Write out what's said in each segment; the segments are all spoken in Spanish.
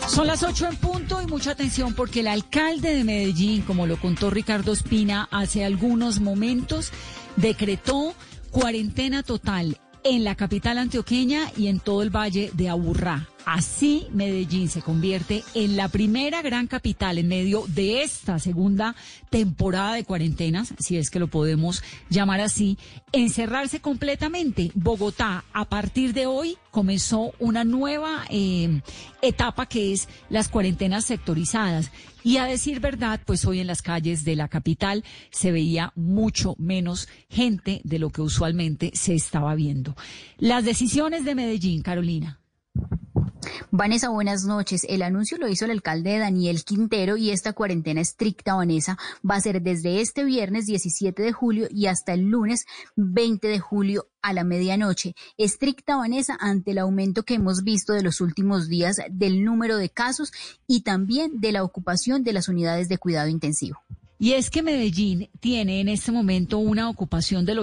Son las 8 en punto y mucha atención porque el alcalde de Medellín, como lo contó Ricardo Ospina hace algunos momentos, decretó cuarentena total en la capital antioqueña y en todo el Valle de Aburrá. Así Medellín se convierte en la primera gran capital en medio de esta segunda temporada de cuarentenas, si es que lo podemos llamar así, en cerrarse completamente. Bogotá, a partir de hoy, comenzó una nueva etapa que es las cuarentenas sectorizadas. Y a decir verdad, pues hoy en las calles de la capital se veía mucho menos gente de lo que usualmente se estaba viendo. Las decisiones de Medellín, Carolina. Vanessa, buenas noches. El anuncio lo hizo el alcalde Daniel Quintero y esta cuarentena estricta, Vanessa, va a ser desde este viernes 17 de julio y hasta el lunes 20 de julio a la medianoche. Estricta, Vanessa, ante el aumento que hemos visto de los últimos días del número de casos y también de la ocupación de las unidades de cuidado intensivo. Y es que Medellín tiene en este momento una ocupación del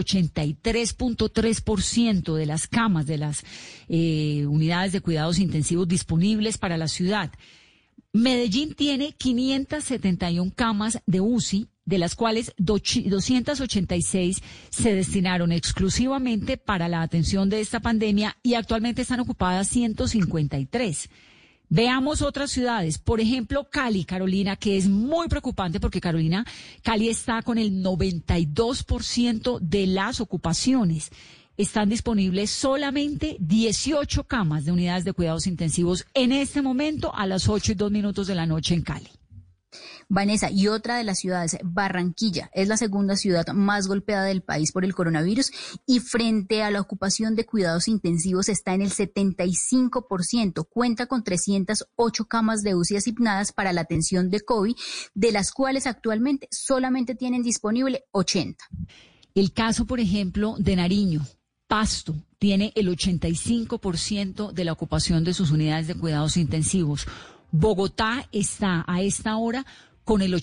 83.3% de las camas de las unidades de cuidados intensivos disponibles para la ciudad. Medellín tiene 571 camas de UCI, de las cuales 286 se destinaron exclusivamente para la atención de esta pandemia y actualmente están ocupadas 153. Veamos otras ciudades, por ejemplo, Cali, Carolina, que es muy preocupante porque Cali está con el 92% de las ocupaciones. Están disponibles solamente 18 camas de unidades de cuidados intensivos en este momento a las 8:02 de la noche en Cali. Vanessa, y otra de las ciudades, Barranquilla, es la segunda ciudad más golpeada del país por el coronavirus y frente a la ocupación de cuidados intensivos está en el 75%, cuenta con 308 camas de UCI asignadas para la atención de COVID, de las cuales actualmente solamente tienen disponible 80. El caso, por ejemplo, de Nariño, Pasto, tiene el 85% de la ocupación de sus unidades de cuidados intensivos. Bogotá está a esta hora con el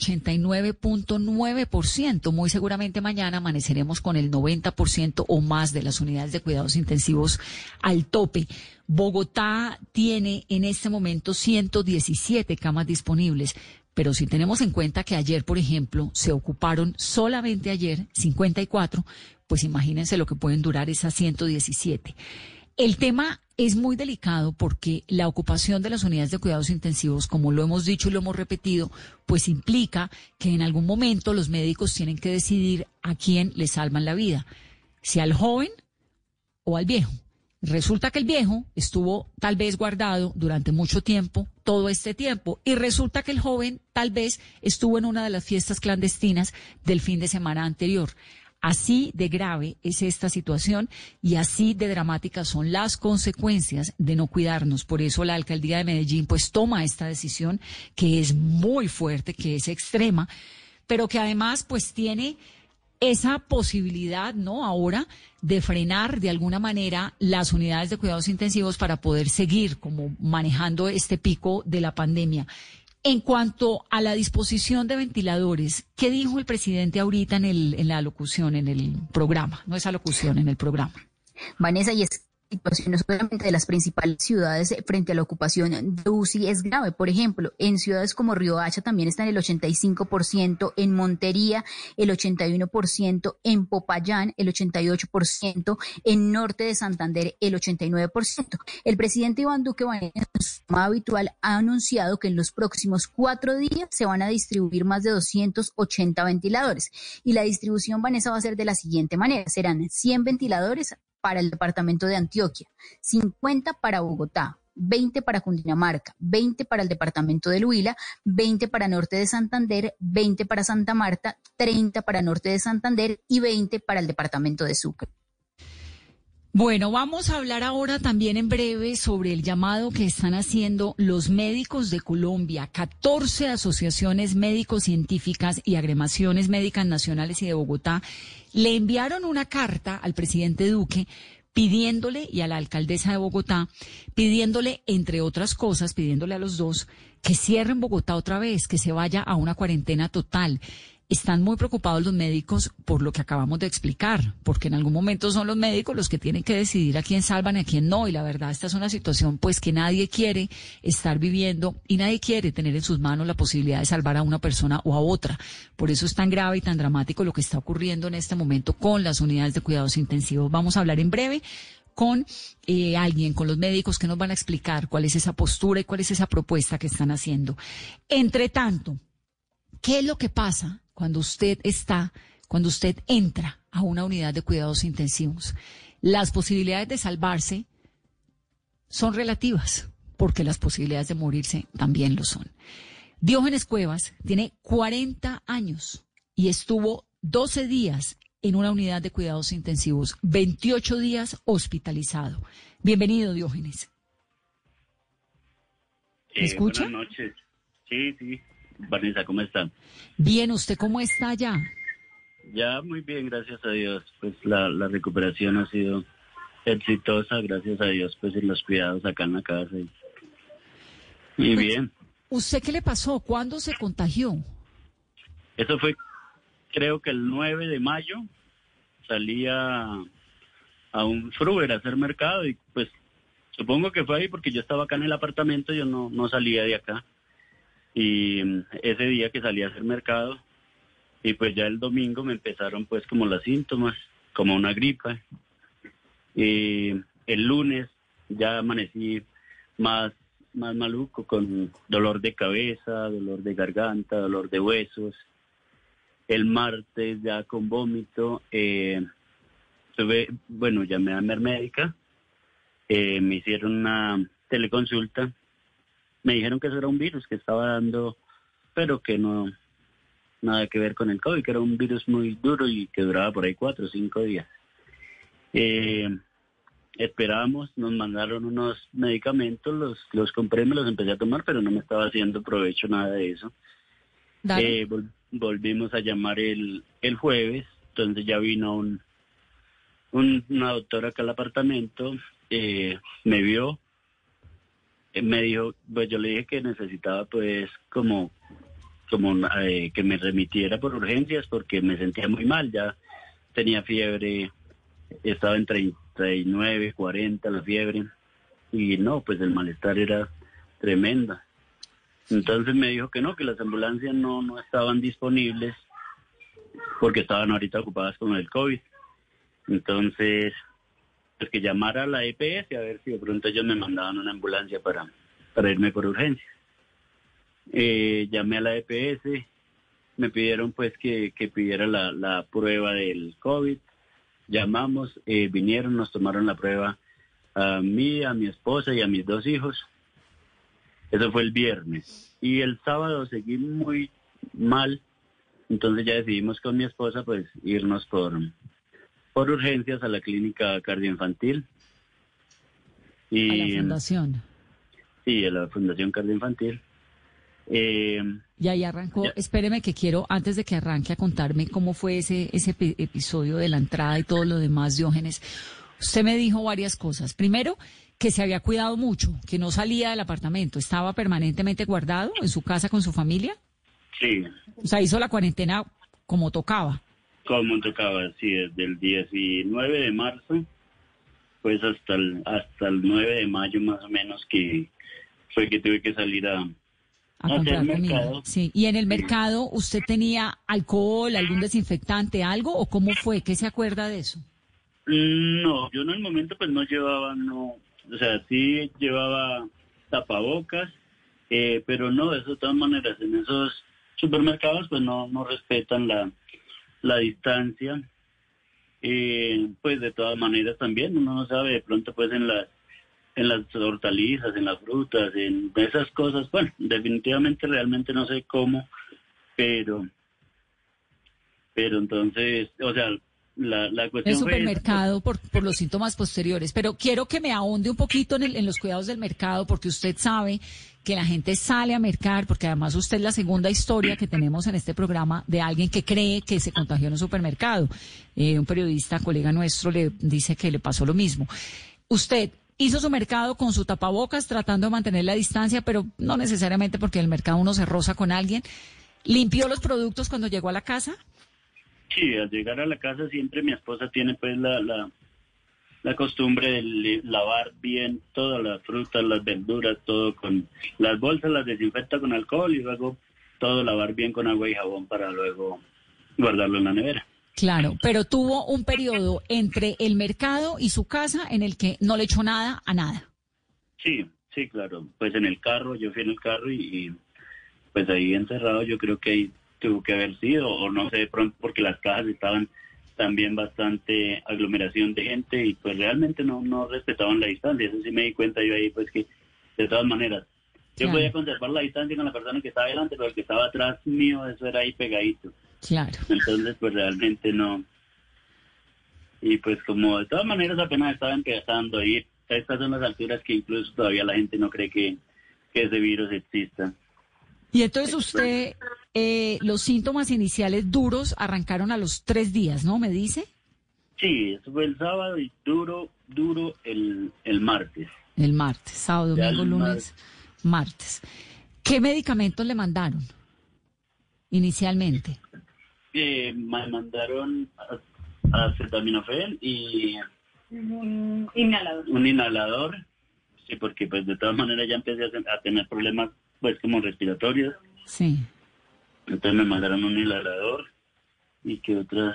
89.9%. Muy seguramente mañana amaneceremos con el 90% o más de las unidades de cuidados intensivos al tope. Bogotá tiene en este momento 117 camas disponibles. Pero si tenemos en cuenta que ayer, por ejemplo, se ocuparon solamente ayer 54, pues imagínense lo que pueden durar esas 117. El tema es muy delicado porque la ocupación de las unidades de cuidados intensivos, como lo hemos dicho y lo hemos repetido, pues implica que en algún momento los médicos tienen que decidir a quién le salvan la vida, si al joven o al viejo. Resulta que el viejo estuvo tal vez guardado durante mucho tiempo, todo este tiempo, y resulta que el joven tal vez estuvo en una de las fiestas clandestinas del fin de semana anterior. Así de grave es esta situación y así de dramáticas son las consecuencias de no cuidarnos. Por eso la alcaldía de Medellín pues toma esta decisión que es muy fuerte, que es extrema, pero que además pues tiene esa posibilidad, ¿no? Ahora de frenar de alguna manera las unidades de cuidados intensivos para poder seguir como manejando este pico de la pandemia. En cuanto a la disposición de ventiladores, ¿qué dijo el presidente ahorita en la locución, en el programa? No esa locución, en el programa. Vanessa, y es situación no solamente de las principales ciudades frente a la ocupación de UCI es grave. Por ejemplo, en ciudades como Riohacha también está en el 85%, en Montería el 81%, en Popayán el 88%, en Norte de Santander el 89%. El presidente Iván Duque, en su llamada habitual, ha anunciado que en los próximos 4 días se van a distribuir más de 280 ventiladores. Y la distribución, Vanessa, va a ser de la siguiente manera. Serán 100 ventiladores para el departamento de Antioquia, 50 para Bogotá, 20 para Cundinamarca, 20 para el departamento del Huila, 20 para Norte de Santander, 20 para Santa Marta, 30 para Norte de Santander y 20 para el departamento de Sucre. Bueno, vamos a hablar ahora también en breve sobre el llamado que están haciendo los médicos de Colombia. 14 asociaciones médico-científicas y agremiaciones médicas nacionales y de Bogotá le enviaron una carta al presidente Duque pidiéndole, y a la alcaldesa de Bogotá, pidiéndole, entre otras cosas, pidiéndole a los dos, que cierren Bogotá otra vez, que se vaya a una cuarentena total. están muy preocupados los médicos por lo que acabamos de explicar, porque en algún momento son los médicos los que tienen que decidir a quién salvan y a quién no, y la verdad esta es una situación pues que nadie quiere estar viviendo y nadie quiere tener en sus manos la posibilidad de salvar a una persona o a otra. Por eso es tan grave y tan dramático lo que está ocurriendo en este momento con las unidades de cuidados intensivos. Vamos a hablar en breve con alguien, con los médicos que nos van a explicar cuál es esa postura y cuál es esa propuesta que están haciendo. Entre tanto, ¿qué es lo que pasa cuando usted entra a una unidad de cuidados intensivos? Las posibilidades de salvarse son relativas, porque las posibilidades de morirse también lo son. Diógenes Cuevas tiene 40 años y estuvo 12 días en una unidad de cuidados intensivos, 28 días hospitalizado. Bienvenido, Diógenes. ¿Me escucha? Buenas noches. Sí. Vanessa, ¿cómo están? Bien, ¿usted cómo está ya? Ya muy bien, gracias a Dios. Pues la recuperación ha sido exitosa, gracias a Dios, pues en los cuidados acá en la casa. Y bien. ¿Usted qué le pasó? ¿Cuándo se contagió? Eso fue, creo que el 9 de mayo, salí a un Fruver a hacer mercado y pues supongo que fue ahí porque yo estaba acá en el apartamento, yo no salía de acá. Y ese día que salí a hacer mercado, y pues ya el domingo me empezaron pues como los síntomas, como una gripa. Y el lunes ya amanecí más maluco, con dolor de cabeza, dolor de garganta, dolor de huesos. El martes ya con vómito, llamé a mi médica, me hicieron una teleconsulta. Me dijeron que eso era un virus que estaba dando, pero que no, nada que ver con el COVID, que era un virus muy duro y que duraba por ahí 4 o 5 días. Esperamos, nos mandaron unos medicamentos, los compré, me los empecé a tomar, pero no me estaba haciendo provecho nada de eso. Volvimos a llamar el jueves, entonces ya vino una doctora acá al apartamento, me vio. Me dijo, pues yo le dije que necesitaba pues como que me remitiera por urgencias porque me sentía muy mal, ya tenía fiebre, estaba en 39, 40 la fiebre y no, pues el malestar era tremenda. Entonces me dijo que no, que las ambulancias no estaban disponibles porque estaban ahorita ocupadas con el COVID. Entonces, pues que llamara a la EPS a ver si de pronto ellos me mandaban una ambulancia para irme por urgencia. Llamé a la EPS, me pidieron pues que pidiera la prueba del COVID. Llamamos, vinieron, nos tomaron la prueba a mí, a mi esposa y a mis 2 hijos. Eso fue el viernes. Y el sábado seguí muy mal, entonces ya decidimos con mi esposa pues irnos por urgencias a la clínica cardioinfantil. Y, a la fundación. Sí, a la Fundación Cardioinfantil. Y ahí arrancó, espéreme que quiero, antes de que arranque, a contarme cómo fue ese episodio de la entrada y todo lo demás, Diógenes. Usted me dijo varias cosas. Primero, que se había cuidado mucho, que no salía del apartamento, estaba permanentemente guardado en su casa con su familia. Sí. O sea, hizo la cuarentena como tocaba. Como tocaba, sí, desde el 19 de marzo, pues hasta el 9 de mayo más o menos, que fue que tuve que salir a comprar comida. Mercado. Sí. ¿Y en el mercado usted tenía alcohol, algún desinfectante, algo, o cómo fue? ¿Qué se acuerda de eso? No, yo en el momento pues no llevaba, o sea, sí llevaba tapabocas, pero no, de todas maneras, en esos supermercados pues no respetan la distancia. Pues de todas maneras también uno no sabe, de pronto pues en las hortalizas, en las frutas, en esas cosas, bueno, definitivamente realmente no sé cómo, pero entonces, o sea, la cuestión el supermercado por los síntomas posteriores, pero quiero que me ahonde un poquito en los cuidados del mercado, porque usted sabe que la gente sale a mercar, porque además usted es la segunda historia que tenemos en este programa de alguien que cree que se contagió en un supermercado. Un periodista, colega nuestro, le dice que le pasó lo mismo. Usted hizo su mercado con su tapabocas, tratando de mantener la distancia, pero no necesariamente porque en el mercado uno se roza con alguien. ¿Limpió los productos cuando llegó a la casa? Sí, al llegar a la casa siempre mi esposa tiene pues la costumbre de lavar bien todas las frutas, las verduras, todo con las bolsas, las desinfecta con alcohol y luego todo lavar bien con agua y jabón para luego guardarlo en la nevera. Claro, pero tuvo un periodo entre el mercado y su casa en el que no le echó nada a nada. Sí, sí, claro. Pues en el carro, yo fui en el carro y pues ahí encerrado yo creo que ahí tuvo que haber sido, o no sé, de pronto porque las cajas estaban también bastante aglomeración de gente y pues realmente no respetaban la distancia. Eso sí me di cuenta yo ahí, pues que de todas maneras yo Claro. podía conservar la distancia con la persona que estaba delante, pero el que estaba atrás mío, eso era ahí pegadito. Claro. Entonces pues realmente no. Y pues como de todas maneras apenas estaba empezando a ir, estas son las alturas que incluso todavía la gente no cree que ese virus exista. Y entonces usted, los síntomas iniciales duros arrancaron a los 3 días, ¿no? ¿Me dice? Sí, eso fue el sábado y duro el martes. El martes, sábado, Ya domingo, el lunes, martes. ¿Qué medicamentos le mandaron inicialmente? Me mandaron acetaminofén y Un inhalador. un inhalador, sí, porque pues de todas maneras ya empecé a tener problemas pues como respiratorios, Sí. entonces me mandaron un inhalador y que otras,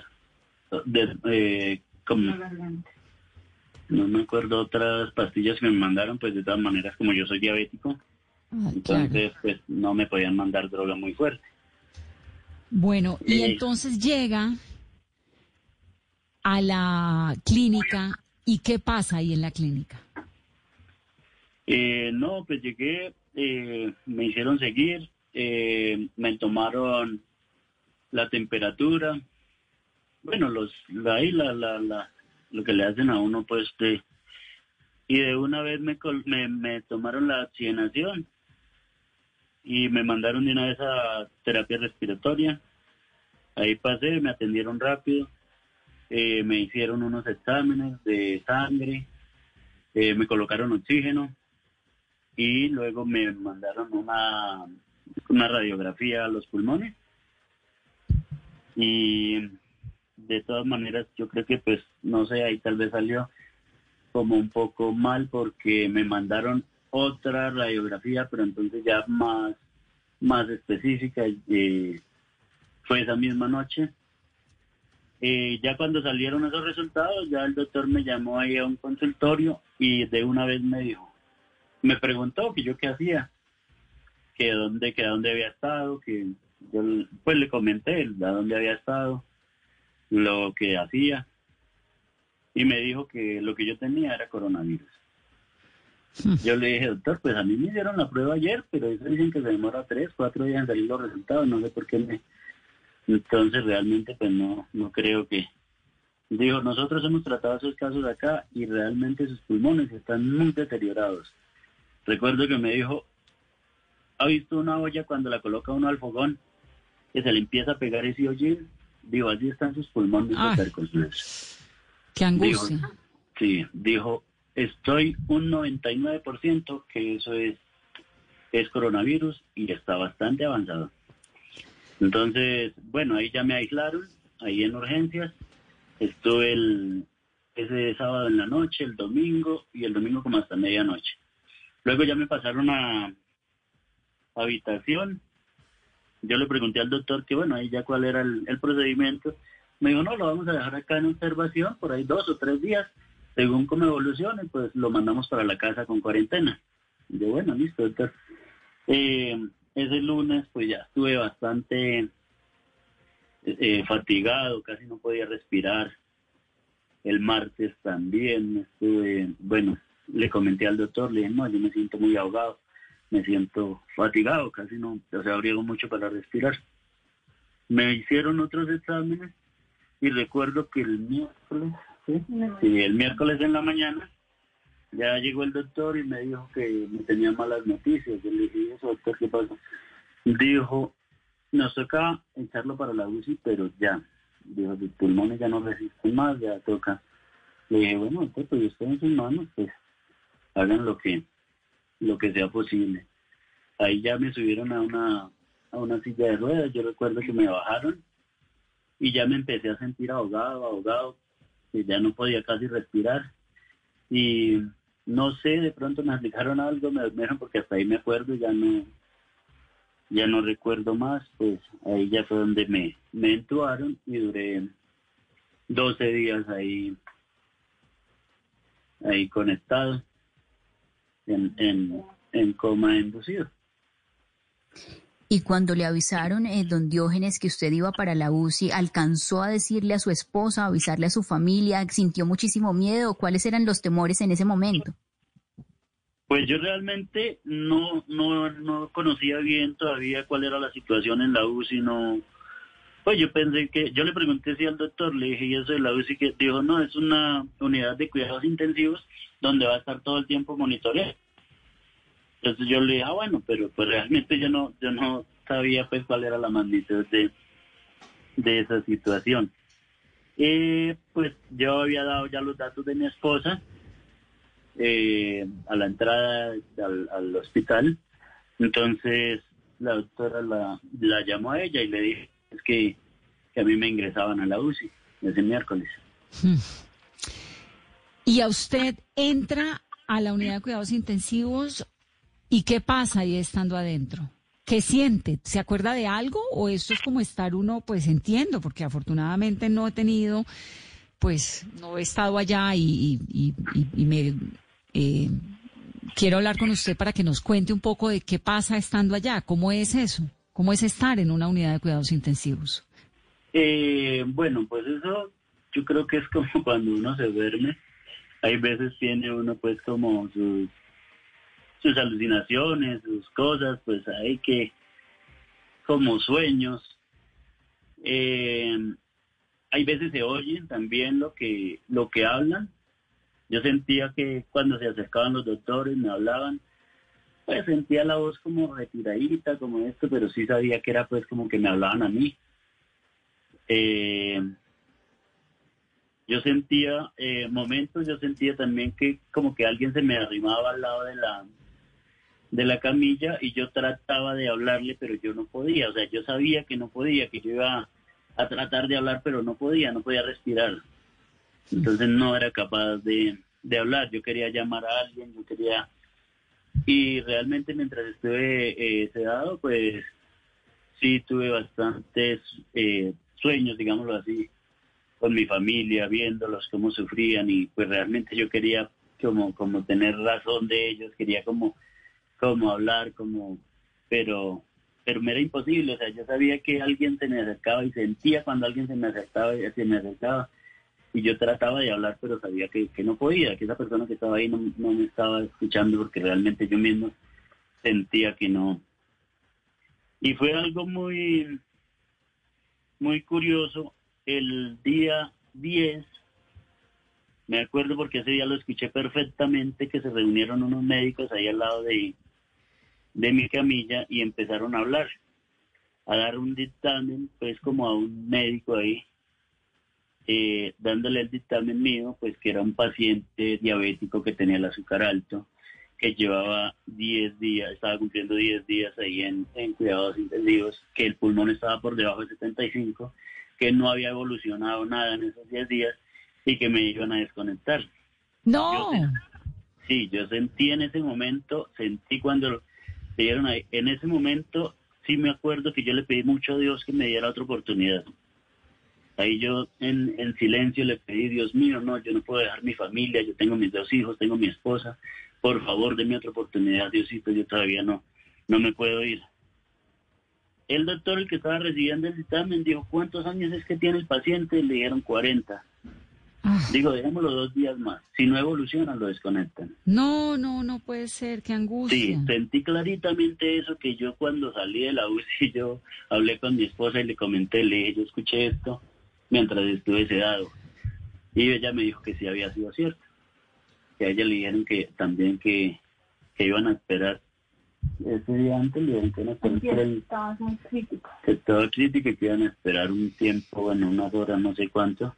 como no me acuerdo otras pastillas que me mandaron, pues de todas maneras como yo soy diabético, Ah, entonces claro. pues no me podían mandar droga muy fuerte. Bueno, y entonces llega a la clínica, ¿y qué pasa ahí en la clínica? No, pues llegué, me hicieron seguir, me tomaron la temperatura, bueno, ahí lo que le hacen a uno, pues, y de una vez me tomaron la oxigenación y me mandaron de una vez a terapia respiratoria. Ahí pasé, me atendieron rápido, me hicieron unos exámenes de sangre, me colocaron oxígeno y luego me mandaron una radiografía a los pulmones y de todas maneras yo creo que pues no sé, ahí tal vez salió como un poco mal porque me mandaron otra radiografía, pero entonces ya más específica, fue esa misma noche. Ya cuando salieron esos resultados, ya el doctor me llamó ahí a un consultorio y de una vez me preguntó que yo qué hacía, que a dónde había estado, que yo pues le comenté a dónde había estado, lo que hacía, y me dijo que lo que yo tenía era coronavirus. Yo le dije, doctor, pues a mí me hicieron la prueba ayer, pero ellos dicen que se demora 3, 4 días en salir los resultados, no sé por qué Entonces realmente pues no creo que... Dijo, nosotros hemos tratado esos casos acá y realmente sus pulmones están muy deteriorados. Recuerdo que me dijo, ¿ha visto una olla cuando la coloca uno al fogón que se le empieza a pegar ese hollín? Digo, allí están sus pulmones Ay, repercutidos. qué Dijo, angustia. sí, dijo, estoy un 99% que eso es coronavirus y está bastante avanzado. Entonces, bueno, ahí ya me aislaron, ahí en urgencias. Estuve ese sábado en la noche, el domingo y el domingo como hasta medianoche. Luego ya me pasaron a habitación. Yo le pregunté al doctor que bueno, ahí ya cuál era el procedimiento. Me dijo, no, lo vamos a dejar acá en observación por ahí 2 o 3 días. Según cómo evolucione, pues lo mandamos para la casa con cuarentena. Y yo, bueno, listo, doctor. Ese lunes pues ya estuve bastante fatigado, casi no podía respirar. El martes también estuve, bueno, le comenté al doctor, le dije, no, yo me siento muy ahogado, me siento fatigado, casi no, o sea, briego mucho para respirar. Me hicieron otros exámenes y recuerdo que el miércoles, sí, el miércoles en la mañana, ya llegó el doctor y me dijo que me tenía malas noticias. Yo le dije, ¿eso, doctor, qué pasa? Dijo, nos toca echarlo para la UCI, pero ya. Dijo, los pulmones ya no resisten más, ya toca. Le dije, bueno, doctor, pues yo estoy en sus manos, pues hagan lo que sea posible. Ahí ya me subieron a a una silla de ruedas. Yo recuerdo que me bajaron y ya me empecé a sentir ahogado, que ya no podía casi respirar. Y no sé, de pronto me aplicaron algo, me durmieron porque hasta ahí me acuerdo, ya no recuerdo más. Pues ahí ya fue donde me entubaron y duré 12 días ahí conectado en coma inducido. Y cuando le avisaron, don Diógenes, que usted iba para la UCI, ¿alcanzó a decirle a su esposa, a avisarle a su familia? ¿Sintió muchísimo miedo? ¿Cuáles eran los temores en ese momento? Pues yo realmente no conocía bien todavía cuál era la situación en la UCI, no. Pues yo pensé yo le pregunté si al doctor, le dije, ¿y eso de la UCI? Que dijo, no, es una unidad de cuidados intensivos donde va a estar todo el tiempo monitoreado. Entonces yo le dije, bueno, pero pues realmente yo no sabía pues cuál era la magnitud de esa situación. Pues yo había dado ya los datos de mi esposa a la entrada al hospital. Entonces la doctora la llamó a ella y le dije que a mí me ingresaban a la UCI ese miércoles. ¿Y a usted entra a la unidad de cuidados intensivos? ¿Y qué pasa ahí estando adentro? ¿Qué siente? ¿Se acuerda de algo? ¿O esto es como estar uno, pues entiendo, porque afortunadamente no he estado allá y me quiero hablar con usted para que nos cuente un poco de qué pasa estando allá? ¿Cómo es eso? ¿Cómo es estar en una unidad de cuidados intensivos? Bueno, pues eso yo creo que es como cuando uno se duerme. Hay veces tiene uno pues como sus alucinaciones, sus cosas, pues hay que, como sueños. Hay veces se oyen también lo que hablan. Yo sentía que cuando se acercaban los doctores, me hablaban, pues sentía la voz como retiradita, como esto, pero sí sabía que era pues como que me hablaban a mí. Yo sentía momentos, yo sentía también que como que alguien se me arrimaba al lado de la camilla y yo trataba de hablarle, pero yo no podía. O sea, yo sabía que no podía, que yo iba a tratar de hablar, pero no podía respirar. Entonces no era capaz de hablar. Yo quería llamar a alguien, y realmente mientras estuve sedado, pues sí tuve bastantes sueños, digámoslo así, con mi familia, viéndolos cómo sufrían, y pues realmente yo quería como tener razón de ellos, quería como hablar, pero me era imposible. O sea, yo sabía que alguien se me acercaba y sentía cuando alguien se me acercaba, y yo trataba de hablar, pero sabía que no podía, que esa persona que estaba ahí no me estaba escuchando, porque realmente yo mismo sentía que no. Y fue algo muy, muy curioso. El día 10, me acuerdo porque ese día lo escuché perfectamente, que se reunieron unos médicos ahí al lado de mi camilla y empezaron a hablar, a dar un dictamen, pues como a un médico ahí, dándole el dictamen mío, pues que era un paciente diabético que tenía el azúcar alto, que llevaba 10 días, estaba cumpliendo 10 días ahí en cuidados intensivos, que el pulmón estaba por debajo de 75, que no había evolucionado nada en esos 10 días y que me iban a desconectar. ¡No! Yo sentí en ese momento, cuando se dieron ahí, en ese momento sí me acuerdo que yo le pedí mucho a Dios que me diera otra oportunidad. Ahí yo en silencio le pedí, Dios mío, no, yo no puedo dejar mi familia, yo tengo mis 2 hijos, tengo mi esposa, por favor, denme otra oportunidad, Diosito, yo todavía no me puedo ir. El doctor, el que estaba recibiendo el dictamen, dijo, ¿cuántos años es que tiene el paciente? Le dijeron 40. Digo, dejémoslo 2 días más. Si no evoluciona, lo desconectan. No puede ser, qué angustia. Sí, sentí claritamente eso, que yo cuando salí de la UCI, yo hablé con mi esposa y le comenté, le dije, yo escuché esto mientras estuve sedado. Y ella me dijo que sí había sido cierto. Que a ella le dijeron que también que iban a esperar. Ese día antes le dijeron que iban a esperar. Estaba muy crítico. Que estaba crítico y que iban a esperar un tiempo, bueno, unas horas, no sé cuánto.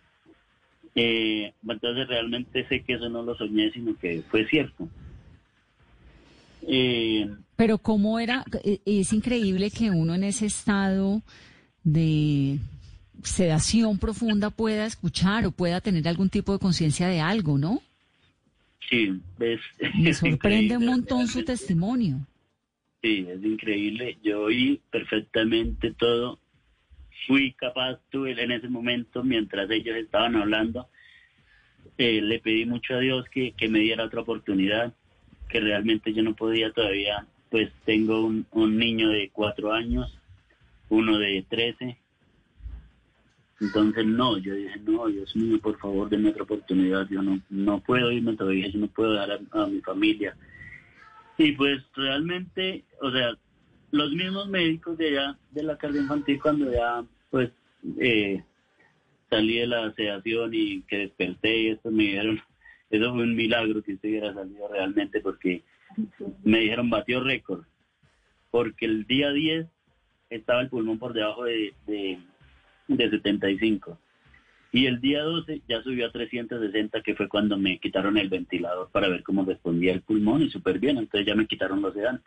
Entonces realmente sé que eso no lo soñé, sino que fue cierto. Pero cómo era, es increíble que uno en ese estado de sedación profunda pueda escuchar o pueda tener algún tipo de conciencia de algo, ¿no? Sí, ves. Me Es sorprende un increíble, montón su realmente. testimonio. Sí, es increíble. Yo oí perfectamente todo. Fui capaz, tuve en ese momento, mientras ellos estaban hablando, le pedí mucho a Dios que me diera otra oportunidad, que realmente yo no podía todavía. Pues tengo un niño de 4 años, uno de 13. Entonces no, yo dije, no, Dios mío, por favor, denme otra oportunidad. Yo no puedo irme todavía, yo no puedo dejar a mi familia. Y pues realmente, o sea, los mismos médicos de allá, de la cardio infantil, cuando ya pues salí de la sedación y que desperté y esto me dijeron, eso fue un milagro que usted hubiera salido realmente, porque me dijeron batió récord, porque el día 10 estaba el pulmón por debajo de 75 y el día 12 ya subió a 360, que fue cuando me quitaron el ventilador para ver cómo respondía el pulmón, y súper bien. Entonces ya me quitaron los sedantes.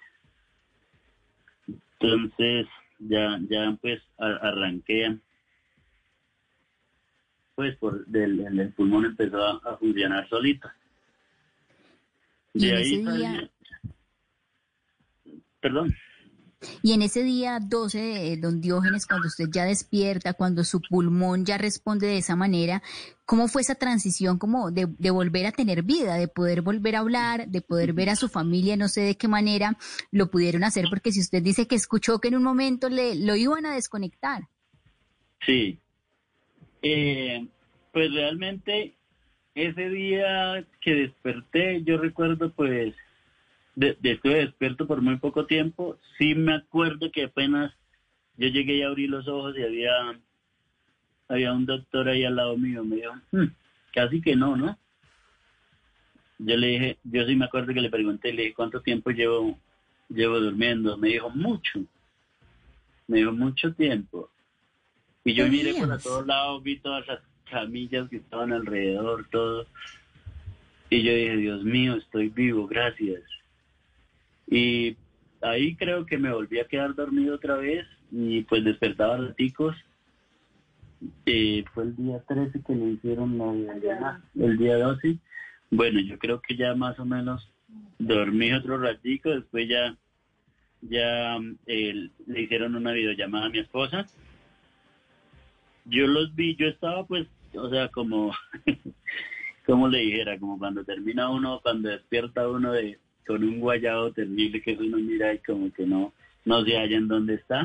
Entonces ya pues arranqué, pues el pulmón empezó a funcionar solito. Y De en ahí ese día, salí, perdón. y en ese día 12, don Diógenes, cuando usted ya despierta, cuando su pulmón ya responde de esa manera, ¿cómo fue esa transición como de volver a tener vida, de poder volver a hablar, de poder ver a su familia? No sé de qué manera lo pudieron hacer, porque si usted dice que escuchó que en un momento lo iban a desconectar. Sí, pues realmente ese día que desperté, yo recuerdo pues, estuve despierto por muy poco tiempo. Sí me acuerdo que apenas yo llegué y abrí los ojos y había un doctor ahí al lado mío. Me dijo, casi que no. Yo le dije, yo sí me acuerdo que le pregunté, le dije, ¿cuánto tiempo llevo durmiendo? Me dijo, mucho tiempo. Y yo ¿Qué miré por días? todos lados, vi todas las camillas que estaban alrededor, todo. Y yo dije, Dios mío, estoy vivo, gracias. Y ahí creo que me volví a quedar dormido otra vez y pues despertaba raticos. Fue el día 13 que le hicieron la videollamada, el día 12. Bueno, yo creo que ya más o menos dormí otro ratico, después ya le hicieron una videollamada a mi esposa. Yo los vi, yo estaba pues, o sea, como, como le dijera, como cuando termina uno, cuando despierta uno con un guayabo terrible que uno mira y como que no se halla en dónde está.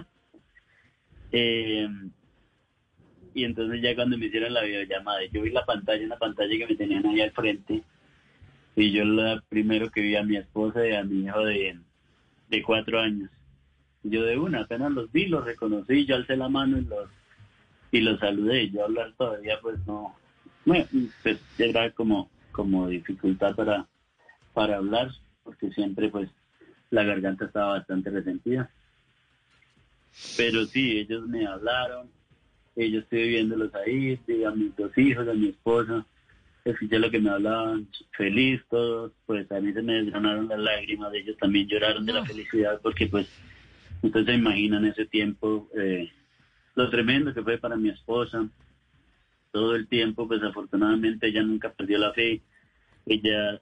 Y entonces ya cuando me hicieron la videollamada, yo vi una pantalla que me tenían ahí al frente, y yo lo primero que vi a mi esposa y a mi hijo de 4 años. Yo de una, apenas los vi, los reconocí, yo alcé la mano y los saludé. Yo hablar todavía pues no, bueno, pues era como dificultad para hablar, porque siempre pues la garganta estaba bastante resentida. Pero sí, ellos me hablaron, yo estoy viéndolos ahí, a mis 2 hijos, a mi esposa, escuché lo que me hablaban, feliz todos, pues a mí se me desgranaron las lágrimas, ellos también lloraron de la No. felicidad, porque pues ustedes se imaginan ese tiempo, lo tremendo que fue para mi esposa, todo el tiempo. Pues afortunadamente ella nunca perdió la fe. Ella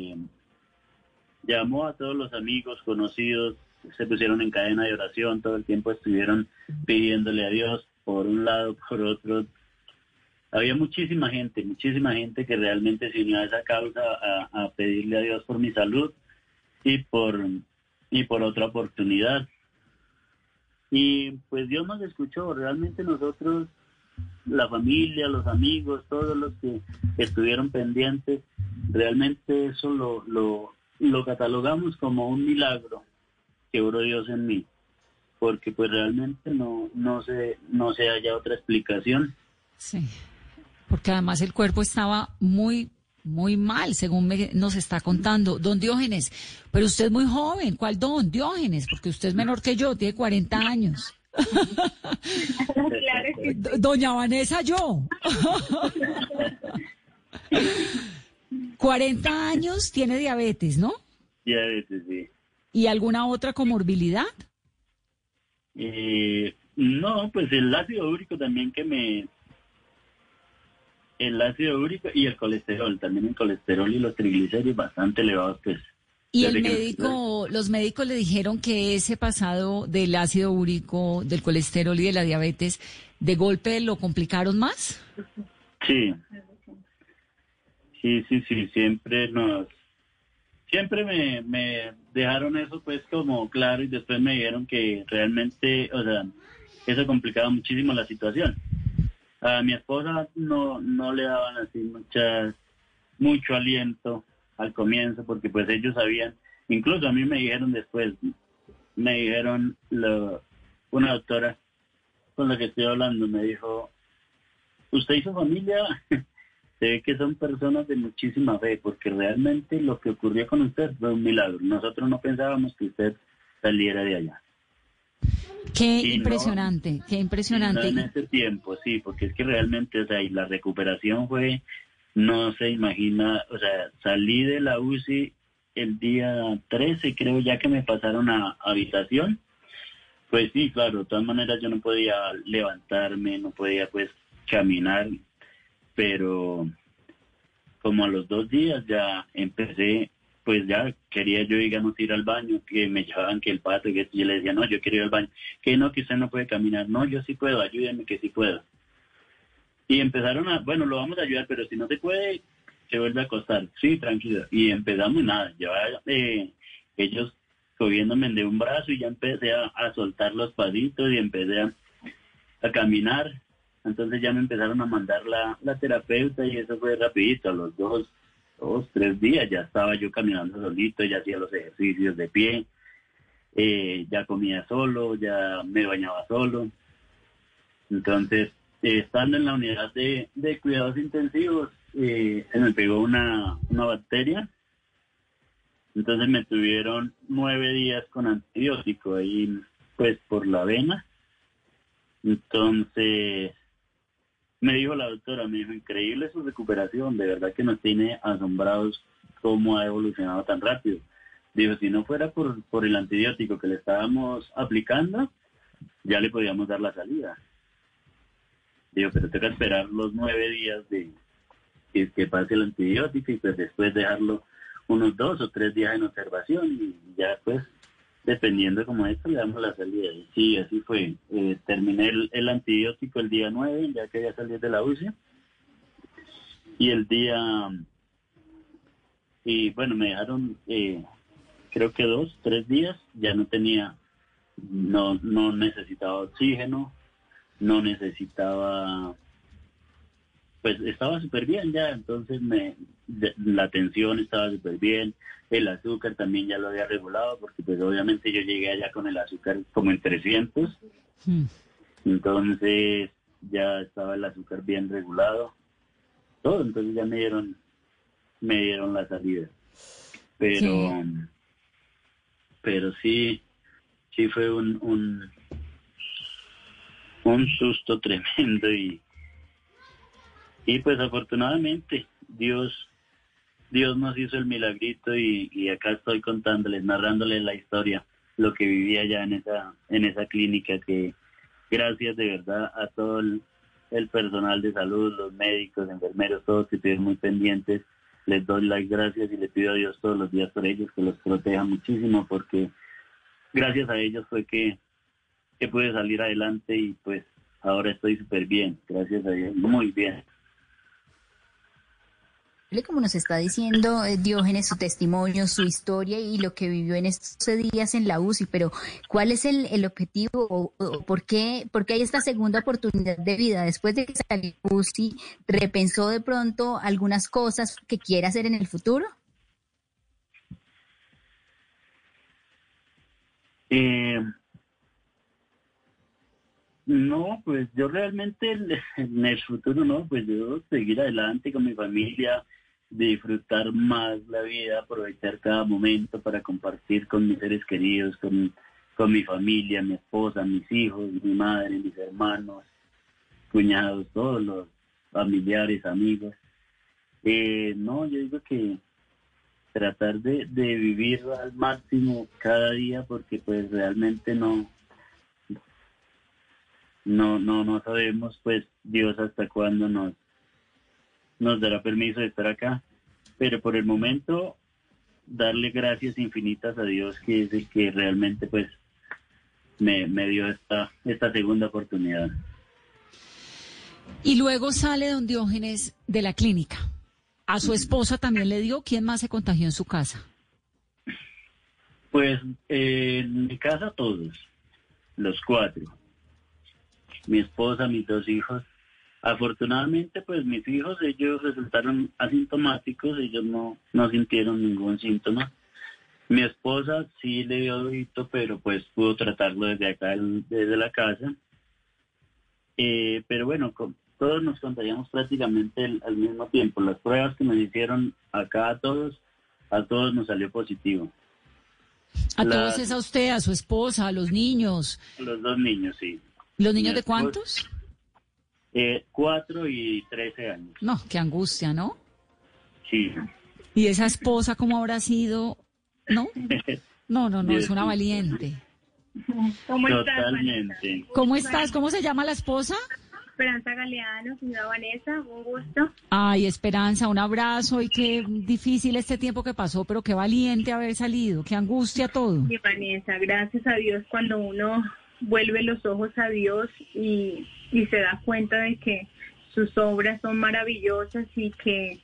llamó a todos los amigos, conocidos, se pusieron en cadena de oración, todo el tiempo estuvieron pidiéndole a Dios, por un lado, por otro. Había muchísima gente que realmente se unió a esa causa, a pedirle a Dios por mi salud y por otra oportunidad. Y pues Dios nos escuchó. Realmente nosotros, la familia, los amigos, todos los que estuvieron pendientes, realmente eso lo catalogamos como un milagro que obró Dios en mí, porque pues realmente no se halla otra explicación. Sí, porque además el cuerpo estaba muy, muy mal, según nos está contando don Diógenes. Pero usted es muy joven, ¿cuál don Diógenes? Porque usted es menor que yo, tiene 40 años. Claro que sí. Doña Vanessa, yo. 40 años, tiene diabetes, ¿no? Y a veces sí. ¿Y alguna otra comorbilidad? No, pues el ácido úrico también el ácido úrico y el colesterol, también el colesterol y los triglicéridos bastante elevados, pues. Y Desde que me... los médicos le dijeron que ese pasado del ácido úrico, del colesterol y de la diabetes, ¿de golpe lo complicaron más? Sí, sí, siempre me dejaron eso pues como claro y después me dijeron que realmente, o sea, eso complicaba muchísimo la situación. A mi esposa no le daban así mucho aliento al comienzo porque pues ellos sabían, incluso a mí me dijeron después, una doctora con la que estoy hablando me dijo, usted y su familia se ve que son personas de muchísima fe, porque realmente lo que ocurrió con usted fue un milagro. Nosotros no pensábamos que usted saliera de allá. Qué Y impresionante, qué impresionante. Y no en ese tiempo, sí, porque es que realmente, o sea, y la recuperación fue, no se imagina, o sea, salí de la UCI el día 13, creo, ya que me pasaron a habitación. Pues sí, claro, de todas maneras yo no podía levantarme, no podía pues caminar, pero como a los 2 días ya empecé, pues ya quería yo, digamos, ir al baño, que me llevaban que el pato, que yo le decía, no, yo quiero ir al baño, que no, que usted no puede caminar, no, yo sí puedo, ayúdenme que sí puedo. Y empezaron bueno, lo vamos a ayudar, pero si no se puede, se vuelve a acostar, sí, tranquilo. Y empezamos nada, llevaba ellos cogiéndome de un brazo y ya empecé a soltar los pasitos y empecé a caminar. Entonces ya me empezaron a mandar la terapeuta y eso fue rapidito, a los 3 días ya estaba yo caminando solito, ya hacía los ejercicios de pie, ya comía solo, ya me bañaba solo. Entonces, estando en la unidad de cuidados intensivos, se me pegó una bacteria, entonces me tuvieron 9 días con antibiótico ahí, pues por la vena. Entonces me dijo la doctora, me dijo, increíble su recuperación, de verdad que nos tiene asombrados cómo ha evolucionado tan rápido. Dijo, si no fuera por el antibiótico que le estábamos aplicando, ya le podíamos dar la salida. Dijo, pero toca esperar los 9 días de que pase el antibiótico y pues después dejarlo unos 2 o 3 días en observación y ya pues dependiendo como esto le damos la salida. Y sí, así fue. Terminé el antibiótico el día 9, ya que ya salí de la UCI. Y y bueno, me dejaron creo que 2, 3 días, ya no necesitaba oxígeno, no necesitaba, pues estaba súper bien ya, entonces la tensión estaba súper bien, el azúcar también ya lo había regulado, porque pues obviamente yo llegué allá con el azúcar como en 300, entonces ya estaba el azúcar bien regulado, todo, entonces ya me dieron la salida, pero sí fue un susto tremendo y pues afortunadamente Dios nos hizo el milagrito y acá estoy contándoles, narrándoles la historia, lo que vivía allá en esa clínica, que gracias de verdad a todo el personal de salud, los médicos, enfermeros, todos que estuvieron muy pendientes, les doy las gracias y le pido a Dios todos los días por ellos, que los proteja muchísimo, porque gracias a ellos fue que pude salir adelante y pues ahora estoy súper bien, gracias a Dios, muy bien. Como nos está diciendo Diógenes, su testimonio, su historia y lo que vivió en estos días en la UCI, pero ¿cuál es el objetivo o por qué hay esta segunda oportunidad de vida? Después de que salió de UCI, ¿repensó de pronto algunas cosas que quiere hacer en el futuro? No, pues yo realmente en el futuro no, pues yo seguir adelante con mi familia, disfrutar más la vida, aprovechar cada momento para compartir con mis seres queridos, con mi familia, mi esposa, mis hijos, mi madre, mis hermanos, cuñados, todos los familiares, amigos. No, yo digo que tratar de vivir al máximo cada día, porque pues realmente no sabemos pues Dios hasta cuándo nos dará permiso de estar acá, pero por el momento darle gracias infinitas a Dios, que es el que realmente pues me dio esta segunda oportunidad. Y luego sale don Diógenes de la clínica. ¿A su esposa también le dio? ¿Quién más se contagió en su casa? Pues en mi casa todos, los 4. Mi esposa, mis 2 hijos. Afortunadamente, pues mis hijos, ellos resultaron asintomáticos, ellos no sintieron ningún síntoma. Mi esposa sí le dio dudito, pero pues pudo tratarlo desde acá, desde la casa. Pero bueno, todos nos contagiamos prácticamente al mismo tiempo. Las pruebas que nos hicieron acá a todos nos salió positivo. Todos es a usted, a su esposa, a los niños? Los 2 niños, sí. ¿Los niños de cuántos? 4 y 13 años. No, qué angustia, ¿no? Sí. ¿Y esa esposa cómo habrá sido? ¿No? No, es una valiente. ¿Cómo Totalmente. estás? ¿Cómo estás? ¿Cómo se llama la esposa? Esperanza Galeano, señora Vanessa, un gusto. Ay, Esperanza, un abrazo y qué difícil este tiempo que pasó, pero qué valiente haber salido, qué angustia todo. Y Vanessa, gracias a Dios cuando uno vuelve los ojos a Dios y se da cuenta de que sus obras son maravillosas y que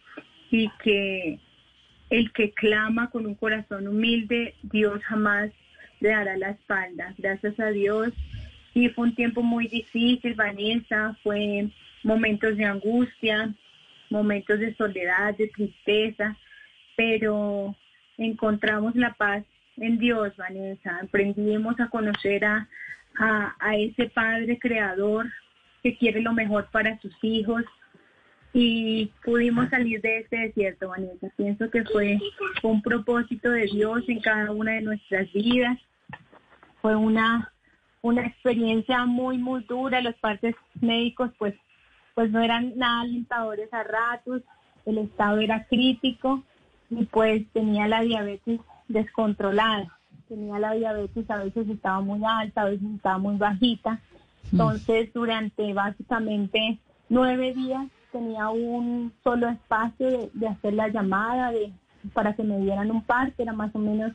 el que clama con un corazón humilde, Dios jamás le dará la espalda. Gracias a Dios. Sí, fue un tiempo muy difícil, Vanessa, fue momentos de angustia, momentos de soledad, de tristeza, pero encontramos la paz en Dios, Vanessa. Aprendimos a conocer a ese Padre Creador que quiere lo mejor para sus hijos y pudimos salir de este desierto, Vanessa. Pienso que fue un propósito de Dios en cada una de nuestras vidas. Fue una experiencia muy, muy dura. Los partes médicos pues no eran nada alentadores a ratos. El estado era crítico y pues tenía la diabetes descontrolada. Tenía la diabetes, a veces estaba muy alta, a veces estaba muy bajita. Entonces, durante básicamente 9 días tenía un solo espacio de hacer la llamada para que me dieran un parte, era más o menos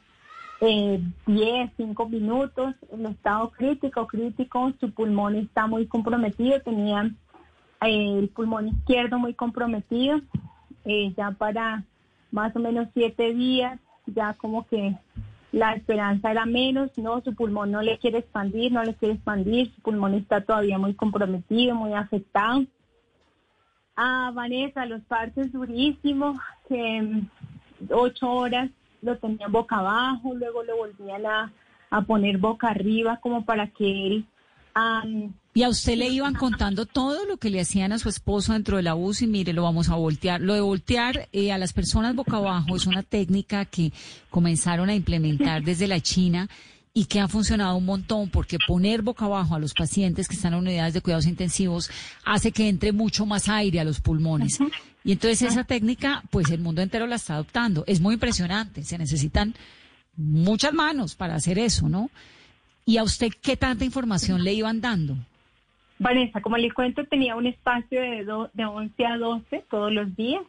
5 minutos. El estado crítico, su pulmón está muy comprometido, tenía el pulmón izquierdo muy comprometido, ya para más o menos 7 días, ya como que la esperanza era menos, no, su pulmón no le quiere expandir, su pulmón está todavía muy comprometido, muy afectado. Vanessa, los partes durísimos, que 8 horas lo tenían boca abajo, luego lo volvían a poner boca arriba como para que él... ¿Y a usted le iban contando todo lo que le hacían a su esposo dentro de la UCI? Mire, lo vamos a voltear. Lo de voltear a las personas boca abajo es una técnica que comenzaron a implementar desde la China y que ha funcionado un montón, porque poner boca abajo a los pacientes que están en unidades de cuidados intensivos hace que entre mucho más aire a los pulmones. Y entonces esa técnica, pues el mundo entero la está adoptando. Es muy impresionante, se necesitan muchas manos para hacer eso, ¿no? ¿Y a usted qué tanta información le iban dando? Vanessa, como le cuento, tenía un espacio de 11 a 12 todos los días.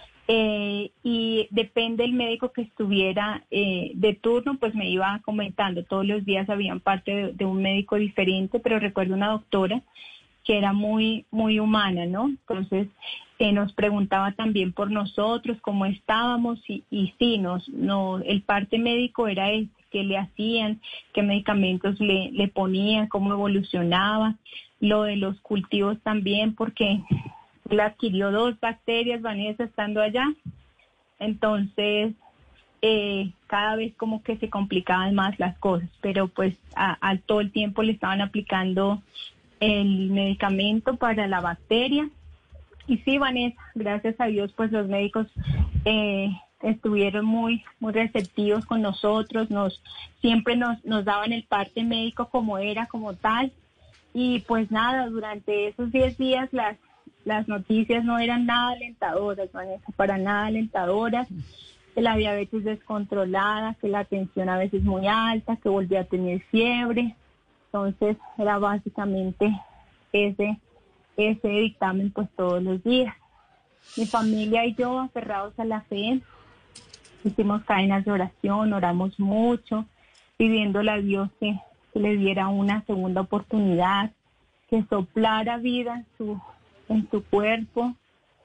Y depende del médico que estuviera de turno, pues me iba comentando. Todos los días habían parte de un médico diferente, pero recuerdo una doctora que era muy, muy humana, ¿no? Entonces nos preguntaba también por nosotros, cómo estábamos, y sí, el parte médico era qué le hacían, qué medicamentos le ponían, cómo evolucionaba, lo de los cultivos también, porque él adquirió 2 bacterias, Vanessa, estando allá. Entonces, cada vez como que se complicaban más las cosas, pero pues a todo el tiempo le estaban aplicando el medicamento para la bacteria. Y sí, Vanessa, gracias a Dios, pues los médicos estuvieron muy, muy receptivos con nosotros, siempre nos daban el parte médico como era, como tal. Y pues nada, durante esos 10 días las noticias no eran nada alentadoras, Vanessa, para nada alentadoras. la diabetes descontrolada, que la tensión a veces muy alta, que volvía a tener fiebre. Entonces era básicamente ese dictamen pues todos los días. Mi familia y yo aferrados a la fe, hicimos cadenas de oración, oramos mucho, pidiéndole a Dios que le diera una segunda oportunidad, que soplara vida en su cuerpo.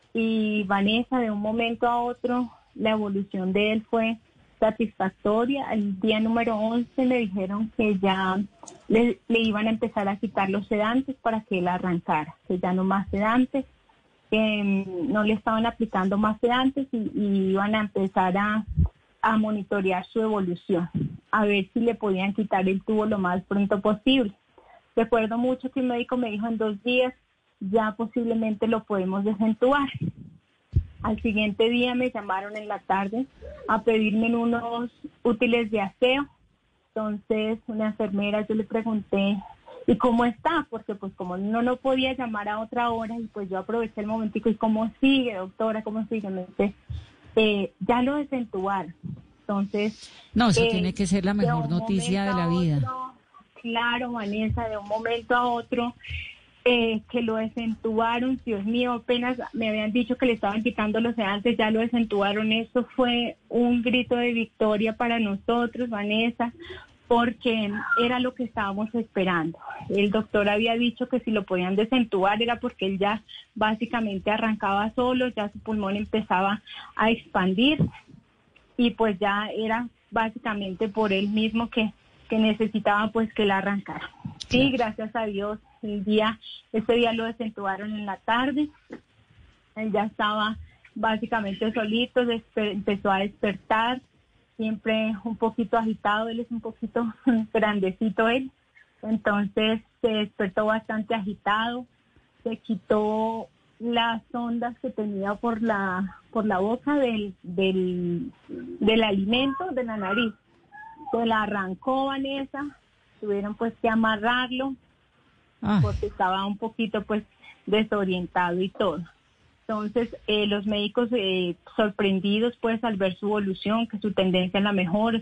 Y Vanessa, de un momento a otro, la evolución de él fue satisfactoria. El día número 11 le dijeron que ya le iban a empezar a quitar los sedantes para que él arrancara, que ya no más sedantes, que no le estaban aplicando más sedantes y iban a empezar a monitorear su evolución, a ver si le podían quitar el tubo lo más pronto posible. Recuerdo mucho que un médico me dijo en 2 días ya posiblemente lo podemos desentubar. Al siguiente día me llamaron en la tarde a pedirme unos útiles de aseo. Entonces una enfermera, yo le pregunté, ¿y cómo está? Porque pues como no podía llamar a otra hora, y pues yo aproveché el momentico, ¿y cómo sigue, doctora? ¿Cómo sigue? Me dice, ya lo desentubaron. Entonces... No, eso tiene que ser la mejor noticia de la vida. Claro, Vanessa, de un momento a otro... que lo desentubaron, Dios mío, apenas me habían dicho que le estaban quitando los sedantes, ya lo desentubaron. Eso fue un grito de victoria para nosotros, Vanessa, porque era lo que estábamos esperando. El doctor había dicho que si lo podían desentubar era porque él ya básicamente arrancaba solo, ya su pulmón empezaba a expandir y pues ya era básicamente por él mismo que necesitaba pues que la arrancara. Sí, gracias a Dios. Ese día lo desentubaron en la tarde. Él ya estaba básicamente solito, empezó a despertar, siempre un poquito agitado. Él es un poquito grandecito él. Entonces se despertó bastante agitado. Se quitó las ondas que tenía por la boca del alimento, de la nariz. Se la arrancó, Vanessa. Tuvieron pues que amarrarlo porque estaba un poquito pues desorientado y todo. Entonces los médicos sorprendidos pues al ver su evolución, que su tendencia a la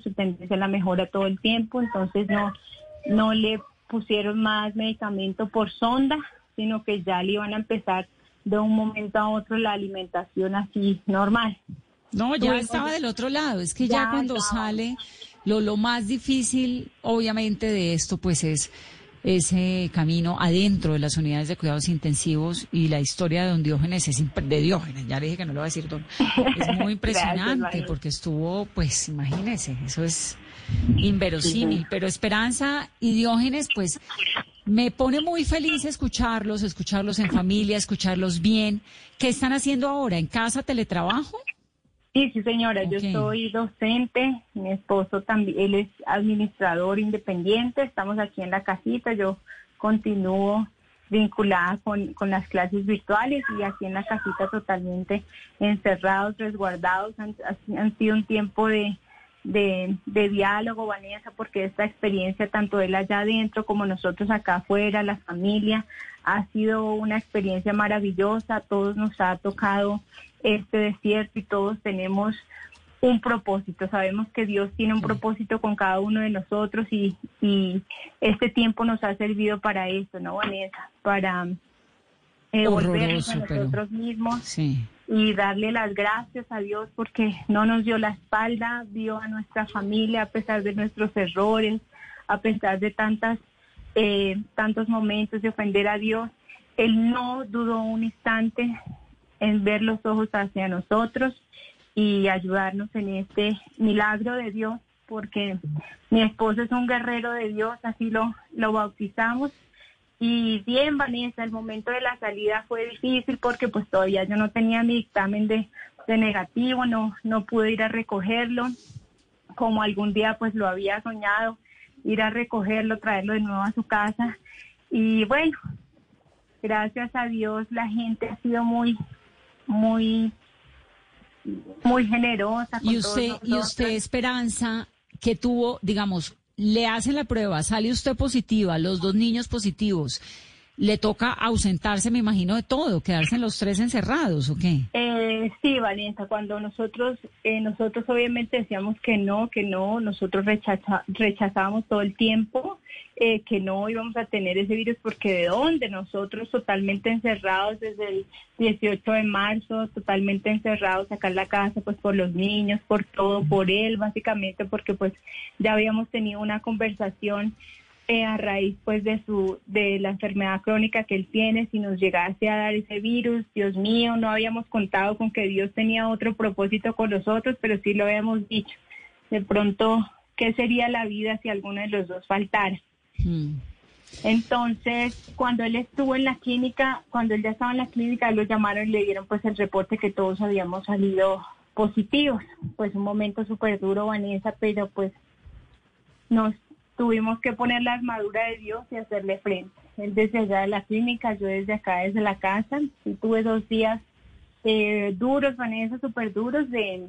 mejora todo el tiempo. Entonces no le pusieron más medicamento por sonda, sino que ya le iban a empezar de un momento a otro la alimentación así normal. No, ya estaba del otro lado. Es que ya cuando sale, lo más difícil, obviamente, de esto, pues es ese camino adentro de las unidades de cuidados intensivos, y la historia de don Diógenes de Diógenes, ya le dije que no lo voy a decir don, es muy impresionante. Gracias, porque estuvo, pues imagínese, eso es inverosímil, sí. Pero Esperanza y Diógenes, pues me pone muy feliz escucharlos en familia, escucharlos bien. ¿Qué están haciendo ahora? ¿En casa, teletrabajo? Sí, señora, okay. Yo soy docente, mi esposo también, él es administrador independiente, estamos aquí en la casita, yo continúo vinculada con las clases virtuales y aquí en la casita totalmente encerrados, resguardados. Han sido un tiempo de diálogo, Vanessa, porque esta experiencia, tanto él allá adentro como nosotros acá afuera, la familia, ha sido una experiencia maravillosa. A todos nos ha tocado este desierto y todos tenemos un propósito. Sabemos que Dios tiene un propósito con cada uno de nosotros y este tiempo nos ha servido para eso, ¿no, Vanessa? Para volvernos a nosotros mismos. Sí. Y darle las gracias a Dios porque no nos dio la espalda, vio a nuestra familia a pesar de nuestros errores, a pesar de tantos momentos de ofender a Dios. Él no dudó un instante en ver los ojos hacia nosotros y ayudarnos en este milagro de Dios, porque mi esposo es un guerrero de Dios, así lo bautizamos. Y bien, Vanessa, el momento de la salida fue difícil porque pues todavía yo no tenía mi dictamen de negativo, no pude ir a recogerlo, como algún día pues lo había soñado, ir a recogerlo, traerlo de nuevo a su casa. Y bueno, gracias a Dios la gente ha sido muy generosa. Y usted, Esperanza, que tuvo, digamos, le hacen la prueba, sale usted positiva, los 2 niños positivos, le toca ausentarse, me imagino, de todo, quedarse en los 3 encerrados, ¿o qué? Sí, Valencia, cuando nosotros obviamente decíamos que no, nosotros rechazábamos todo el tiempo que no íbamos a tener ese virus, porque ¿de dónde? Nosotros totalmente encerrados desde el 18 de marzo, totalmente encerrados acá en la casa, pues por los niños, por todo, por él, básicamente, porque pues ya habíamos tenido una conversación a raíz pues de la enfermedad crónica que él tiene. Si nos llegase a dar ese virus, Dios mío, no habíamos contado con que Dios tenía otro propósito con nosotros, pero sí lo habíamos dicho. De pronto, ¿qué sería la vida si alguno de los dos faltara? Entonces, cuando él estuvo en la clínica, cuando él ya estaba en la clínica, lo llamaron y le dieron pues el reporte que todos habíamos salido positivos. Pues un momento súper duro, Vanessa, pero pues nos tuvimos que poner la armadura de Dios y hacerle frente. Él desde allá de la clínica, yo desde acá, desde la casa. Y tuve 2 días duros, Vanessa, súper duros de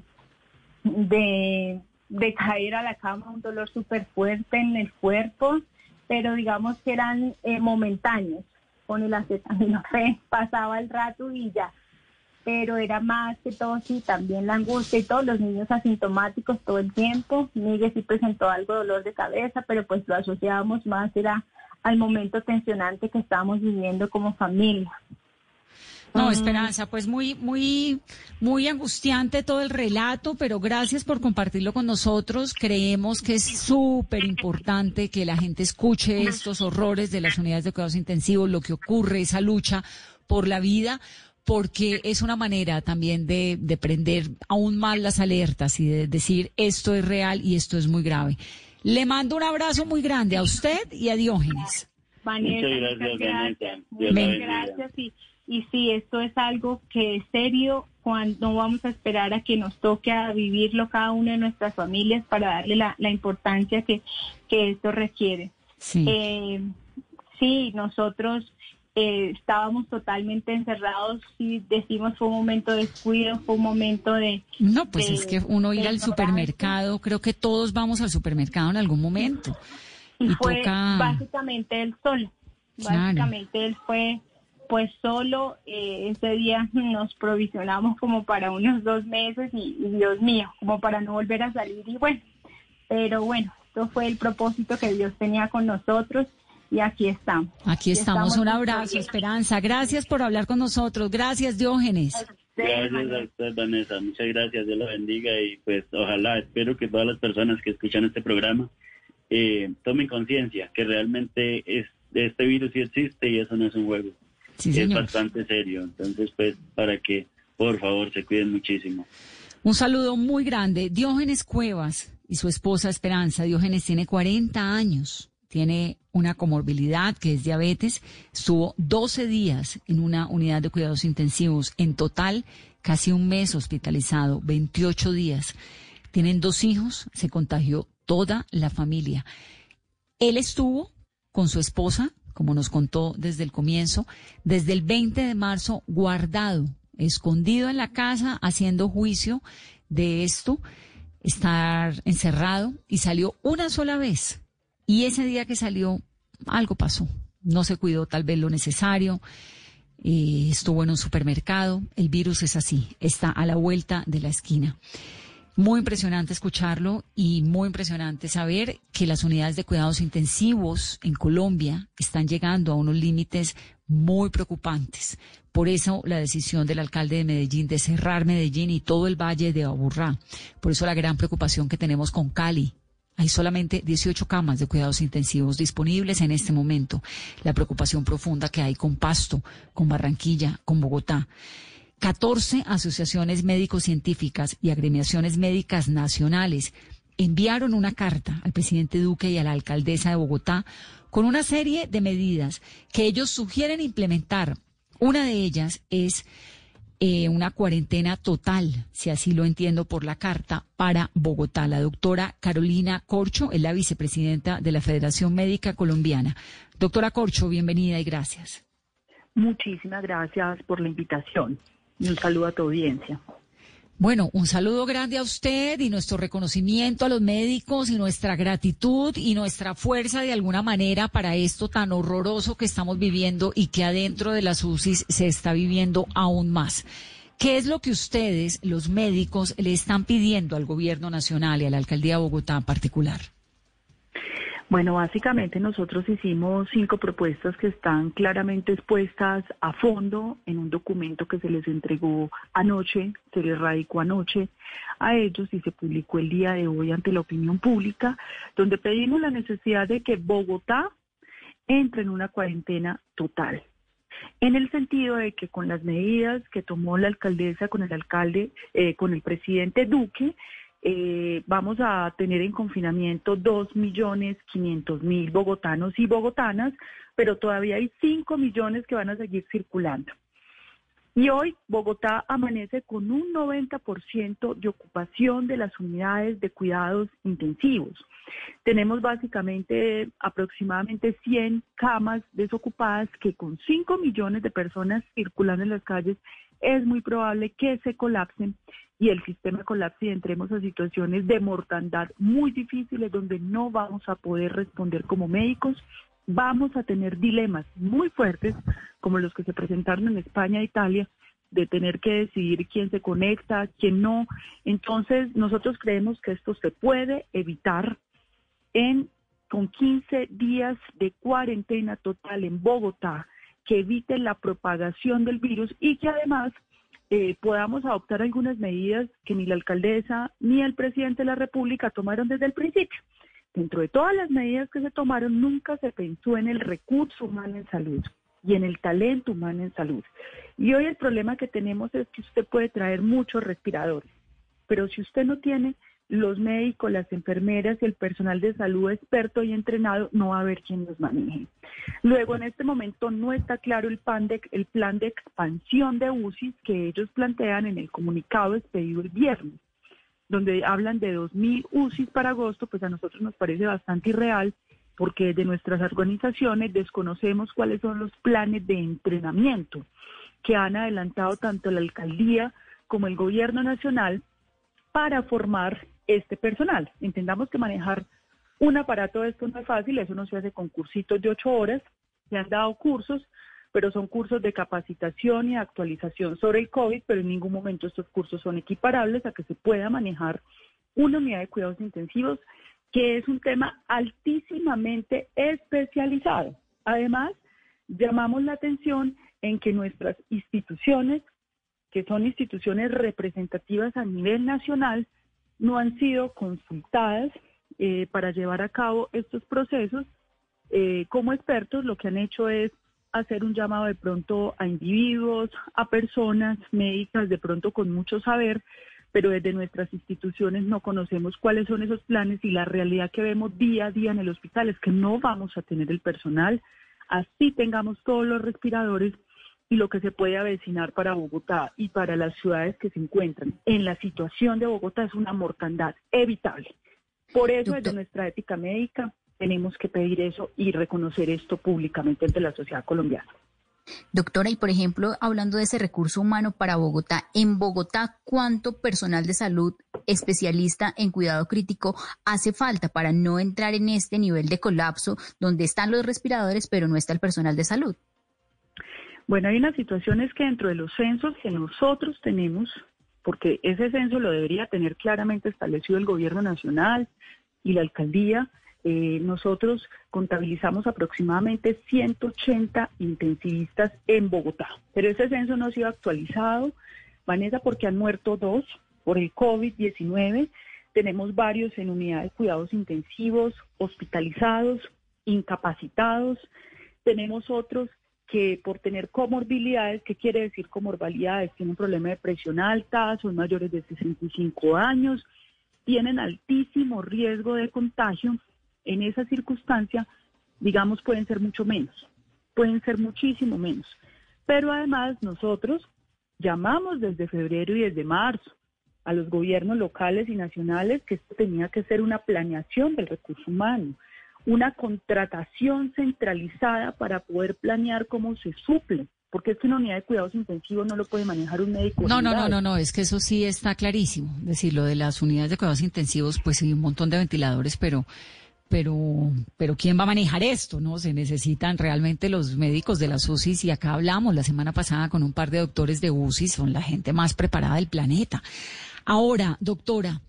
caer a la cama, un dolor súper fuerte en el cuerpo, pero digamos que eran momentáneos. Con el acetaminofén pasaba el rato y ya. Pero era más que todo, sí, también la angustia y todos los niños asintomáticos todo el tiempo. Miguel sí presentó algo de dolor de cabeza, pero pues lo asociábamos más era al momento tensionante que estábamos viviendo como familia. No, Esperanza, pues muy angustiante todo el relato, pero gracias por compartirlo con nosotros. Creemos que es súper importante que la gente escuche estos horrores de las unidades de cuidados intensivos, lo que ocurre, esa lucha por la vida, porque es una manera también de prender aún más las alertas y de decir esto es real y esto es muy grave. Le mando un abrazo muy grande a usted y a Diógenes. Vanessa, muchas gracias. Gracias. Y sí, esto es algo que es serio, cuando no vamos a esperar a que nos toque a vivirlo cada una de nuestras familias para darle la importancia que esto requiere. Sí, sí, nosotros estábamos totalmente encerrados, y decimos fue un momento de descuido, fue un momento de... No, pues es que uno ir al supermercado, creo que todos vamos al supermercado en algún momento. Y fue toca... básicamente él solo, básicamente él fue pues solo. Ese día nos provisionamos como para unos 2 meses y Dios mío, como para no volver a salir, y bueno, pero bueno, esto fue el propósito que Dios tenía con nosotros. Y aquí estamos. Aquí estamos. Un abrazo, Esperanza. Gracias por hablar con nosotros. Gracias, Diógenes. Gracias a usted, Vanessa. Muchas gracias. Dios la bendiga. Y pues ojalá, espero que todas las personas que escuchan este programa tomen conciencia que realmente este virus sí existe y eso no es un juego. Sí, es señor. bastante serio. Entonces, pues, para que, por favor, se cuiden muchísimo. Un saludo muy grande. Diógenes Cuevas y su esposa Esperanza. Diógenes tiene 40 años. Tiene una comorbilidad que es diabetes. Estuvo 12 días en una unidad de cuidados intensivos. En total, casi un mes hospitalizado, 28 días. Tienen 2 hijos, se contagió toda la familia. Él estuvo con su esposa, como nos contó desde el comienzo, desde el 20 de marzo guardado, escondido en la casa, haciendo juicio de esto, estar encerrado, y salió una sola vez. Y ese día que salió, algo pasó. No se cuidó tal vez lo necesario, estuvo en un supermercado. El virus es así, está a la vuelta de la esquina. Muy impresionante escucharlo y muy impresionante saber que las unidades de cuidados intensivos en Colombia están llegando a unos límites muy preocupantes. Por eso la decisión del alcalde de Medellín de cerrar Medellín y todo el valle de Aburrá. Por eso la gran preocupación que tenemos con Cali. Hay solamente 18 camas de cuidados intensivos disponibles en este momento. La preocupación profunda que hay con Pasto, con Barranquilla, con Bogotá. 14 asociaciones médico-científicas y agremiaciones médicas nacionales enviaron una carta al presidente Duque y a la alcaldesa de Bogotá con una serie de medidas que ellos sugieren implementar. Una de ellas es una cuarentena total, si así lo entiendo por la carta, para Bogotá. La doctora Carolina Corcho es la vicepresidenta de la Federación Médica Colombiana. Doctora Corcho, bienvenida y gracias. Muchísimas gracias por la invitación y un saludo a tu audiencia. Bueno, un saludo grande a usted y nuestro reconocimiento a los médicos y nuestra gratitud y nuestra fuerza de alguna manera para esto tan horroroso que estamos viviendo y que adentro de las UCIs se está viviendo aún más. ¿Qué es lo que ustedes, los médicos, le están pidiendo al gobierno nacional y a la alcaldía de Bogotá en particular? Bueno, básicamente nosotros hicimos 5 propuestas que están claramente expuestas a fondo en un documento que se les entregó anoche, se les radicó anoche a ellos y se publicó el día de hoy ante la opinión pública, donde pedimos la necesidad de que Bogotá entre en una cuarentena total. En el sentido de que con las medidas que tomó la alcaldesa, con el alcalde, con el presidente Duque, vamos a tener en confinamiento 2.500.000 bogotanos y bogotanas, pero todavía hay 5 millones que van a seguir circulando. Y hoy Bogotá amanece con un 90% de ocupación de las unidades de cuidados intensivos. Tenemos básicamente aproximadamente 100 camas desocupadas que con 5 millones de personas circulando en las calles es muy probable que se colapsen y el sistema colapse y entremos a situaciones de mortandad muy difíciles donde no vamos a poder responder como médicos. Vamos a tener dilemas muy fuertes, como los que se presentaron en España e Italia, de tener que decidir quién se conecta, quién no. Entonces, nosotros creemos que esto se puede evitar con 15 días de cuarentena total en Bogotá, que evite la propagación del virus y que además podamos adoptar algunas medidas que ni la alcaldesa ni el presidente de la República tomaron desde el principio. Dentro de todas las medidas que se tomaron, nunca se pensó en el recurso humano en salud y en el talento humano en salud. Y hoy el problema que tenemos es que usted puede traer muchos respiradores, pero si usted no tiene los médicos, las enfermeras y el personal de salud experto y entrenado, no va a haber quien los maneje. Luego, en este momento no está claro el plan de expansión de UCIs que ellos plantean en el comunicado expedido el viernes, donde hablan de 2.000 UCIs para agosto. Pues a nosotros nos parece bastante irreal, porque de nuestras organizaciones desconocemos cuáles son los planes de entrenamiento que han adelantado tanto la alcaldía como el gobierno nacional para formar este personal. Entendamos que manejar un aparato de esto no es fácil, eso no se hace con cursitos de 8 horas, se han dado cursos, pero son cursos de capacitación y actualización sobre el COVID, pero en ningún momento estos cursos son equiparables a que se pueda manejar una unidad de cuidados intensivos, que es un tema altísimamente especializado. Además, llamamos la atención en que nuestras instituciones, que son instituciones representativas a nivel nacional, no han sido consultadas para llevar a cabo estos procesos. Como expertos, lo que han hecho es hacer un llamado de pronto a individuos, a personas médicas de pronto con mucho saber, pero desde nuestras instituciones no conocemos cuáles son esos planes y la realidad que vemos día a día en el hospital es que no vamos a tener el personal, así tengamos todos los respiradores, y lo que se puede avecinar para Bogotá y para las ciudades que se encuentran en la situación de Bogotá es una mortandad evitable. Por eso, desde nuestra ética médica, tenemos que pedir eso y reconocer esto públicamente ante la sociedad colombiana. Doctora, y por ejemplo, hablando de ese recurso humano para Bogotá, en Bogotá, ¿cuánto personal de salud especialista en cuidado crítico hace falta para no entrar en este nivel de colapso donde están los respiradores, pero no está el personal de salud? Bueno, hay unas situaciones que dentro de los censos que nosotros tenemos, porque ese censo lo debería tener claramente establecido el gobierno nacional y la alcaldía, nosotros contabilizamos aproximadamente 180 intensivistas en Bogotá, pero ese censo no ha sido actualizado, Vanessa, porque han muerto 2 por el COVID-19, tenemos varios en unidades de cuidados intensivos, hospitalizados, incapacitados, tenemos otros que por tener comorbilidades, ¿qué quiere decir comorbilidades? Tienen un problema de presión alta, son mayores de 65 años, tienen altísimo riesgo de contagio. En esa circunstancia, digamos, pueden ser mucho menos, pueden ser muchísimo menos. Pero además nosotros llamamos desde febrero y desde marzo a los gobiernos locales y nacionales que esto tenía que ser una planeación del recurso humano, una contratación centralizada para poder planear cómo se suple porque es que una unidad de cuidados intensivos no lo puede manejar un médico. No, es que eso sí está clarísimo. Es decir, lo de las unidades de cuidados intensivos, pues hay un montón de ventiladores, pero ¿quién va a manejar esto? ¿No? Se necesitan realmente los médicos de las UCIs, y acá hablamos la semana pasada con un par de doctores de UCI, son la gente más preparada del planeta. Ahora, doctora,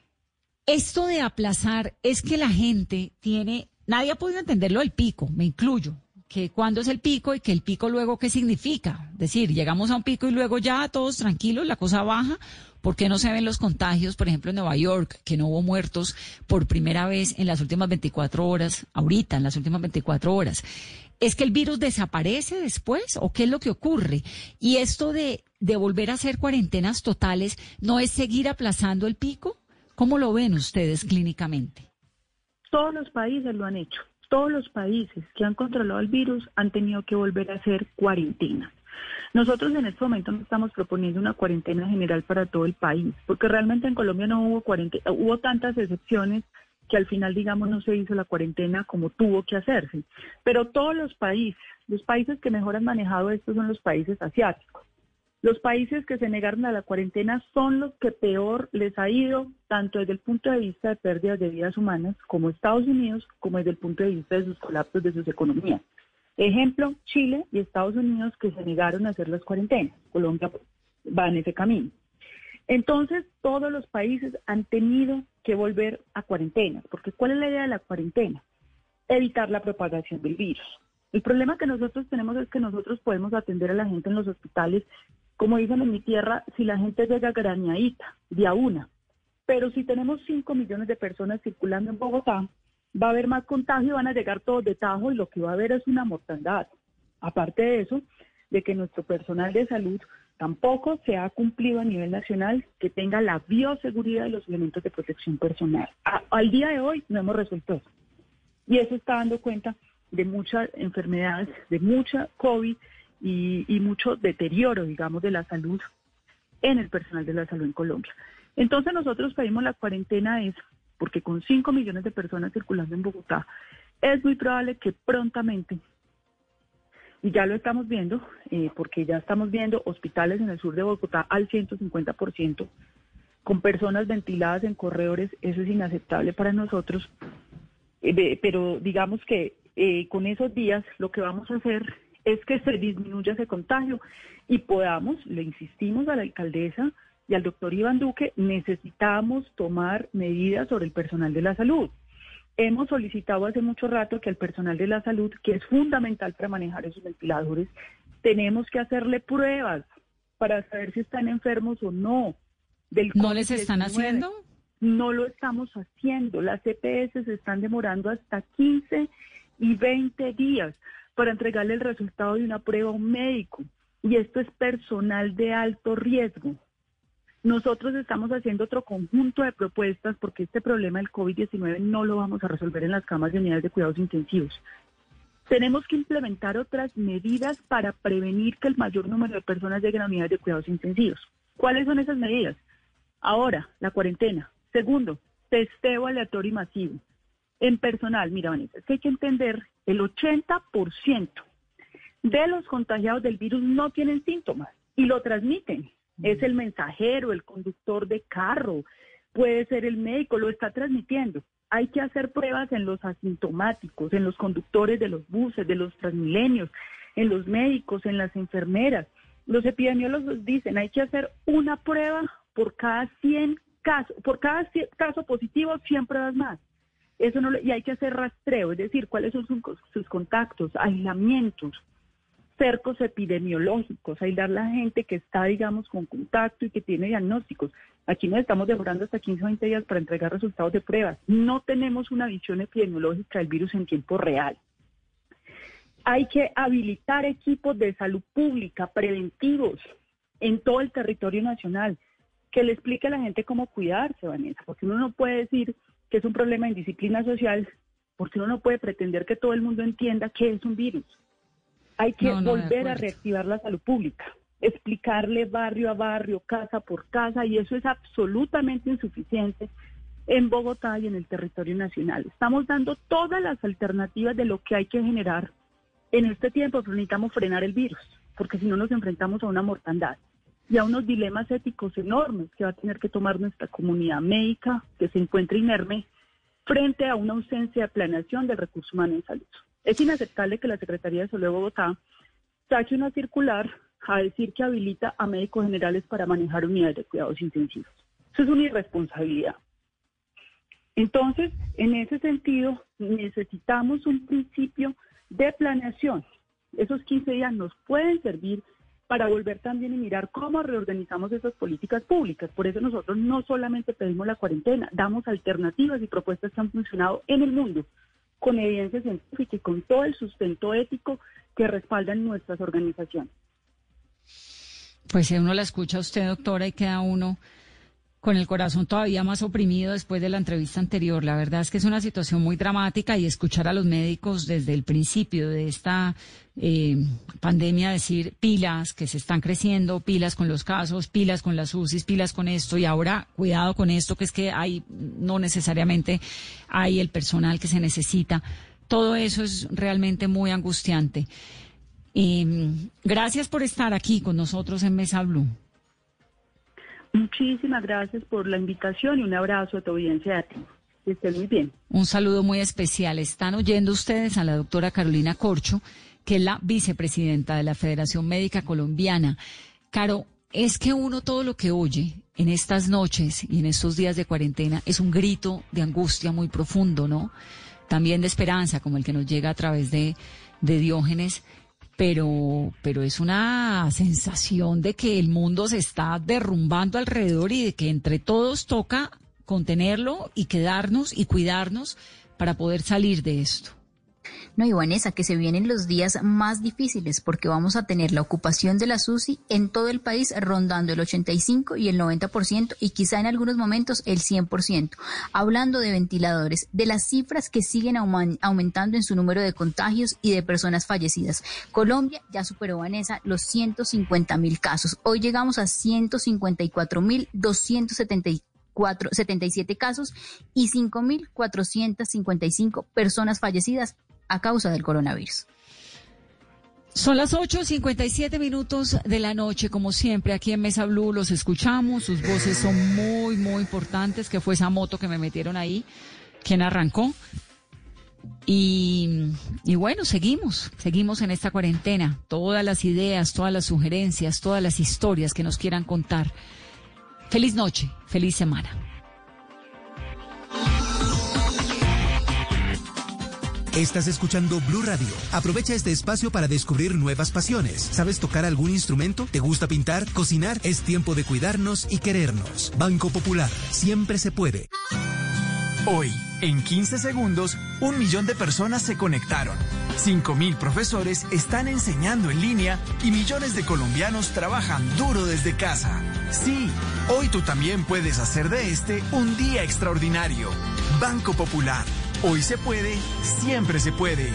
esto de aplazar es que la gente nadie ha podido entenderlo del pico, me incluyo, que cuándo es el pico y que el pico luego qué significa. Es decir, llegamos a un pico y luego ya todos tranquilos, la cosa baja. ¿Por qué no se ven los contagios, por ejemplo, en Nueva York, que no hubo muertos por primera vez en las últimas 24 horas, ahorita, en las últimas 24 horas? ¿Es que el virus desaparece después o qué es lo que ocurre? Y esto de volver a hacer cuarentenas totales, ¿no es seguir aplazando el pico? ¿Cómo lo ven ustedes clínicamente? Todos los países lo han hecho. Todos los países que han controlado el virus han tenido que volver a hacer cuarentenas. Nosotros en este momento no estamos proponiendo una cuarentena general para todo el país, porque realmente en Colombia no hubo cuarentena, hubo tantas excepciones que al final, digamos, no se hizo la cuarentena como tuvo que hacerse. Pero todos los países que mejor han manejado esto son los países asiáticos. Los países que se negaron a la cuarentena son los que peor les ha ido, tanto desde el punto de vista de pérdidas de vidas humanas, como Estados Unidos, como desde el punto de vista de sus colapsos de sus economías. Ejemplo, Chile y Estados Unidos, que se negaron a hacer las cuarentenas. Colombia va en ese camino. Entonces, todos los países han tenido que volver a cuarentenas, porque ¿cuál es la idea de la cuarentena? Evitar la propagación del virus. El problema que nosotros tenemos es que nosotros podemos atender a la gente en los hospitales, como dicen en mi tierra, si la gente llega graneadita, de a una. Pero si tenemos 5 millones de personas circulando en Bogotá, va a haber más contagio, van a llegar todos de tajo y lo que va a haber es una mortandad. Aparte de eso, de que nuestro personal de salud tampoco se ha cumplido a nivel nacional que tenga la bioseguridad de los elementos de protección personal. Al día de hoy no hemos resuelto eso. Y eso está dando cuenta de muchas enfermedades, de mucha COVID y mucho deterioro, digamos, de la salud en el personal de la salud en Colombia. Entonces nosotros pedimos la cuarentena porque con 5 millones de personas circulando en Bogotá, es muy probable que prontamente, y ya lo estamos viendo, porque ya estamos viendo hospitales en el sur de Bogotá al 150%, con personas ventiladas en corredores, eso es inaceptable para nosotros, pero digamos que con esos días lo que vamos a hacer es que se disminuya ese contagio y podamos, le insistimos a la alcaldesa y al doctor Iván Duque, necesitamos tomar medidas sobre el personal de la salud. Hemos solicitado hace mucho rato que al personal de la salud, que es fundamental para manejar esos ventiladores, tenemos que hacerle pruebas para saber si están enfermos o no. ¿No les están haciendo? No lo estamos haciendo. Las EPS se están demorando hasta 15 y 20 días para entregarle el resultado de una prueba a un médico. Y esto es personal de alto riesgo. Nosotros estamos haciendo otro conjunto de propuestas porque este problema del COVID-19 no lo vamos a resolver en las camas de unidades de cuidados intensivos. Tenemos que implementar otras medidas para prevenir que el mayor número de personas lleguen a unidades de cuidados intensivos. ¿Cuáles son esas medidas? Ahora, la cuarentena. Segundo, testeo aleatorio y masivo. En personal, mira, Vanessa, es que hay que entender, el 80% de los contagiados del virus no tienen síntomas y lo transmiten. Es el mensajero, el conductor de carro, puede ser el médico, lo está transmitiendo. Hay que hacer pruebas en los asintomáticos, en los conductores de los buses, de los Transmilenios, en los médicos, en las enfermeras. Los epidemiólogos dicen, hay que hacer una prueba por cada 100 casos, por cada caso positivo, 100 pruebas más. Eso no, y hay que hacer rastreo, es decir, cuáles son sus contactos, aislamientos, cercos epidemiológicos, aislar la gente que está, digamos, con contacto y que tiene diagnósticos. Aquí nos estamos demorando hasta 15 o 20 días para entregar resultados de pruebas. No tenemos una visión epidemiológica del virus en tiempo real. Hay que habilitar equipos de salud pública preventivos en todo el territorio nacional, que le explique a la gente cómo cuidarse, Vanessa, porque uno no puede decir que es un problema de indisciplina social, porque uno no puede pretender que todo el mundo entienda qué es un virus. Hay que volver a reactivar la salud pública, explicarle barrio a barrio, casa por casa, y eso es absolutamente insuficiente en Bogotá y en el territorio nacional. Estamos dando todas las alternativas de lo que hay que generar en este tiempo, pero necesitamos frenar el virus. porque si no nos enfrentamos a una mortandad y a unos dilemas éticos enormes que va a tener que tomar nuestra comunidad médica, que se encuentra inerme frente a una ausencia de planeación del recurso humano en salud. Es inaceptable que la Secretaría de Salud de Bogotá saque una circular a decir que habilita a médicos generales para manejar unidades de cuidados intensivos. Eso es una irresponsabilidad. Entonces, en ese sentido, necesitamos un principio de planeación. Esos 15 días nos pueden servir para volver también y mirar cómo reorganizamos esas políticas públicas. Por eso nosotros no solamente pedimos la cuarentena, damos alternativas y propuestas que han funcionado en el mundo, con evidencia científica y con todo el sustento ético que respaldan nuestras organizaciones. Pues si uno la escucha a usted, doctora, y queda uno con el corazón todavía más oprimido después de la entrevista anterior. La verdad es que es una situación muy dramática y escuchar a los médicos desde el principio de esta pandemia decir pilas que se están creciendo, pilas con los casos, pilas con las UCIs, pilas con esto y ahora cuidado con esto que es que no necesariamente hay el personal que se necesita. Todo eso es realmente muy angustiante. Gracias por estar aquí con nosotros en Mesa Blue. Muchísimas gracias por la invitación y un abrazo a tu audiencia. Que estén muy bien. Un saludo muy especial. Están oyendo ustedes a la doctora Carolina Corcho, que es la vicepresidenta de la Federación Médica Colombiana. Caro, es que uno todo lo que oye en estas noches y en estos días de cuarentena es un grito de angustia muy profundo, ¿no? También de esperanza, como el que nos llega a través de Diógenes. Pero es una sensación de que el mundo se está derrumbando alrededor y de que entre todos toca contenerlo y quedarnos y cuidarnos para poder salir de esto. No, y Vanessa, que se vienen los días más difíciles porque vamos a tener la ocupación de la UCI en todo el país rondando el 85 y el 90% y quizá en algunos momentos el 100%. Hablando de ventiladores, de las cifras que siguen aumentando en su número de contagios y de personas fallecidas. Colombia ya superó, Vanessa, los 150.000 casos. Hoy llegamos a 154.277 casos y 5.455 personas fallecidas a causa del coronavirus. Son las 8:57 de la noche, como siempre, aquí en Mesa Blue los escuchamos, sus voces son muy, muy importantes, que fue esa moto que me metieron ahí, quien arrancó. Y bueno, seguimos en esta cuarentena, todas las ideas, todas las sugerencias, todas las historias que nos quieran contar. Feliz noche, feliz semana. Estás escuchando Blue Radio. Aprovecha este espacio para descubrir nuevas pasiones. ¿Sabes tocar algún instrumento? ¿Te gusta pintar? ¿Cocinar? Es tiempo de cuidarnos y querernos. Banco Popular. Siempre se puede. Hoy, en 15 segundos, 1 millón de personas se conectaron. 5.000 profesores están enseñando en línea y millones de colombianos trabajan duro desde casa. Sí, hoy tú también puedes hacer de este un día extraordinario. Banco Popular. Hoy se puede, siempre se puede.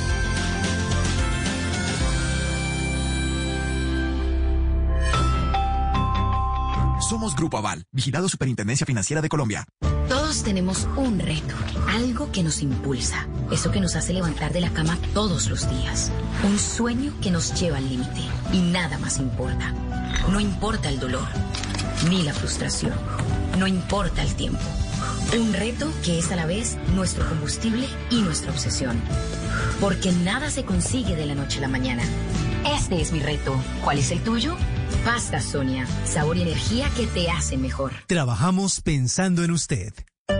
Somos Grupo Aval, vigilado Superintendencia Financiera de Colombia. Todos tenemos un reto, algo que nos impulsa, eso que nos hace levantar de la cama todos los días. Un sueño que nos lleva al límite y nada más importa. No importa el dolor, ni la frustración, no importa el tiempo. Un reto que es a la vez nuestro combustible y nuestra obsesión. Porque nada se consigue de la noche a la mañana. Este es mi reto. ¿Cuál es el tuyo? Pasta Sonia, sabor y energía que te hacen mejor. Trabajamos pensando en usted.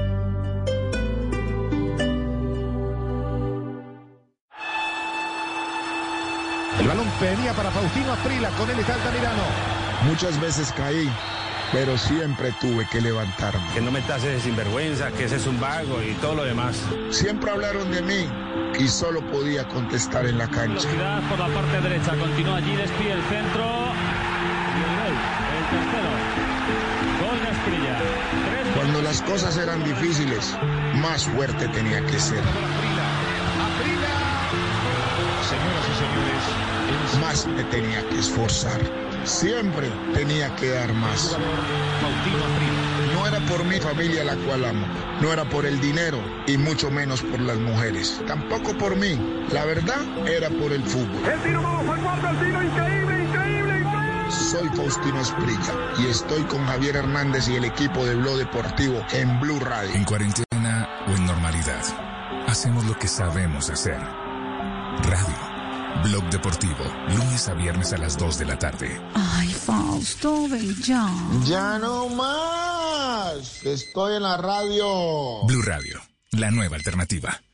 El balón venía para Faustino Asprilla, con él está Altamirano. Muchas veces caí, pero siempre tuve que levantarme. Que no me tases de sinvergüenza, que ese es un vago y todo lo demás. Siempre hablaron de mí y solo podía contestar en la cancha. Velocidad por la parte derecha, continúa allí, despide el centro. Y el gol, el tercero. Gol de Asprilla. Cuando las cosas eran difíciles, más fuerte tenía que ser. Asprilla. Señoras y señores, más me tenía que esforzar. Siempre tenía que dar más. No era por mi familia la cual amo, no era por el dinero y mucho menos por las mujeres. Tampoco por mí, la verdad era por el fútbol. El tiro bajo el guarda, el tiro increíble. Soy Faustino Asprilla y estoy con Javier Hernández y el equipo de Blog Deportivo en Blue Radio. En cuarentena o en normalidad, hacemos lo que sabemos hacer. Radio. Blog Deportivo, lunes a viernes a las 2 de la tarde. Ay, Fausto, ven ya. ¡Ya no más! Estoy en la radio. Blue Radio, la nueva alternativa.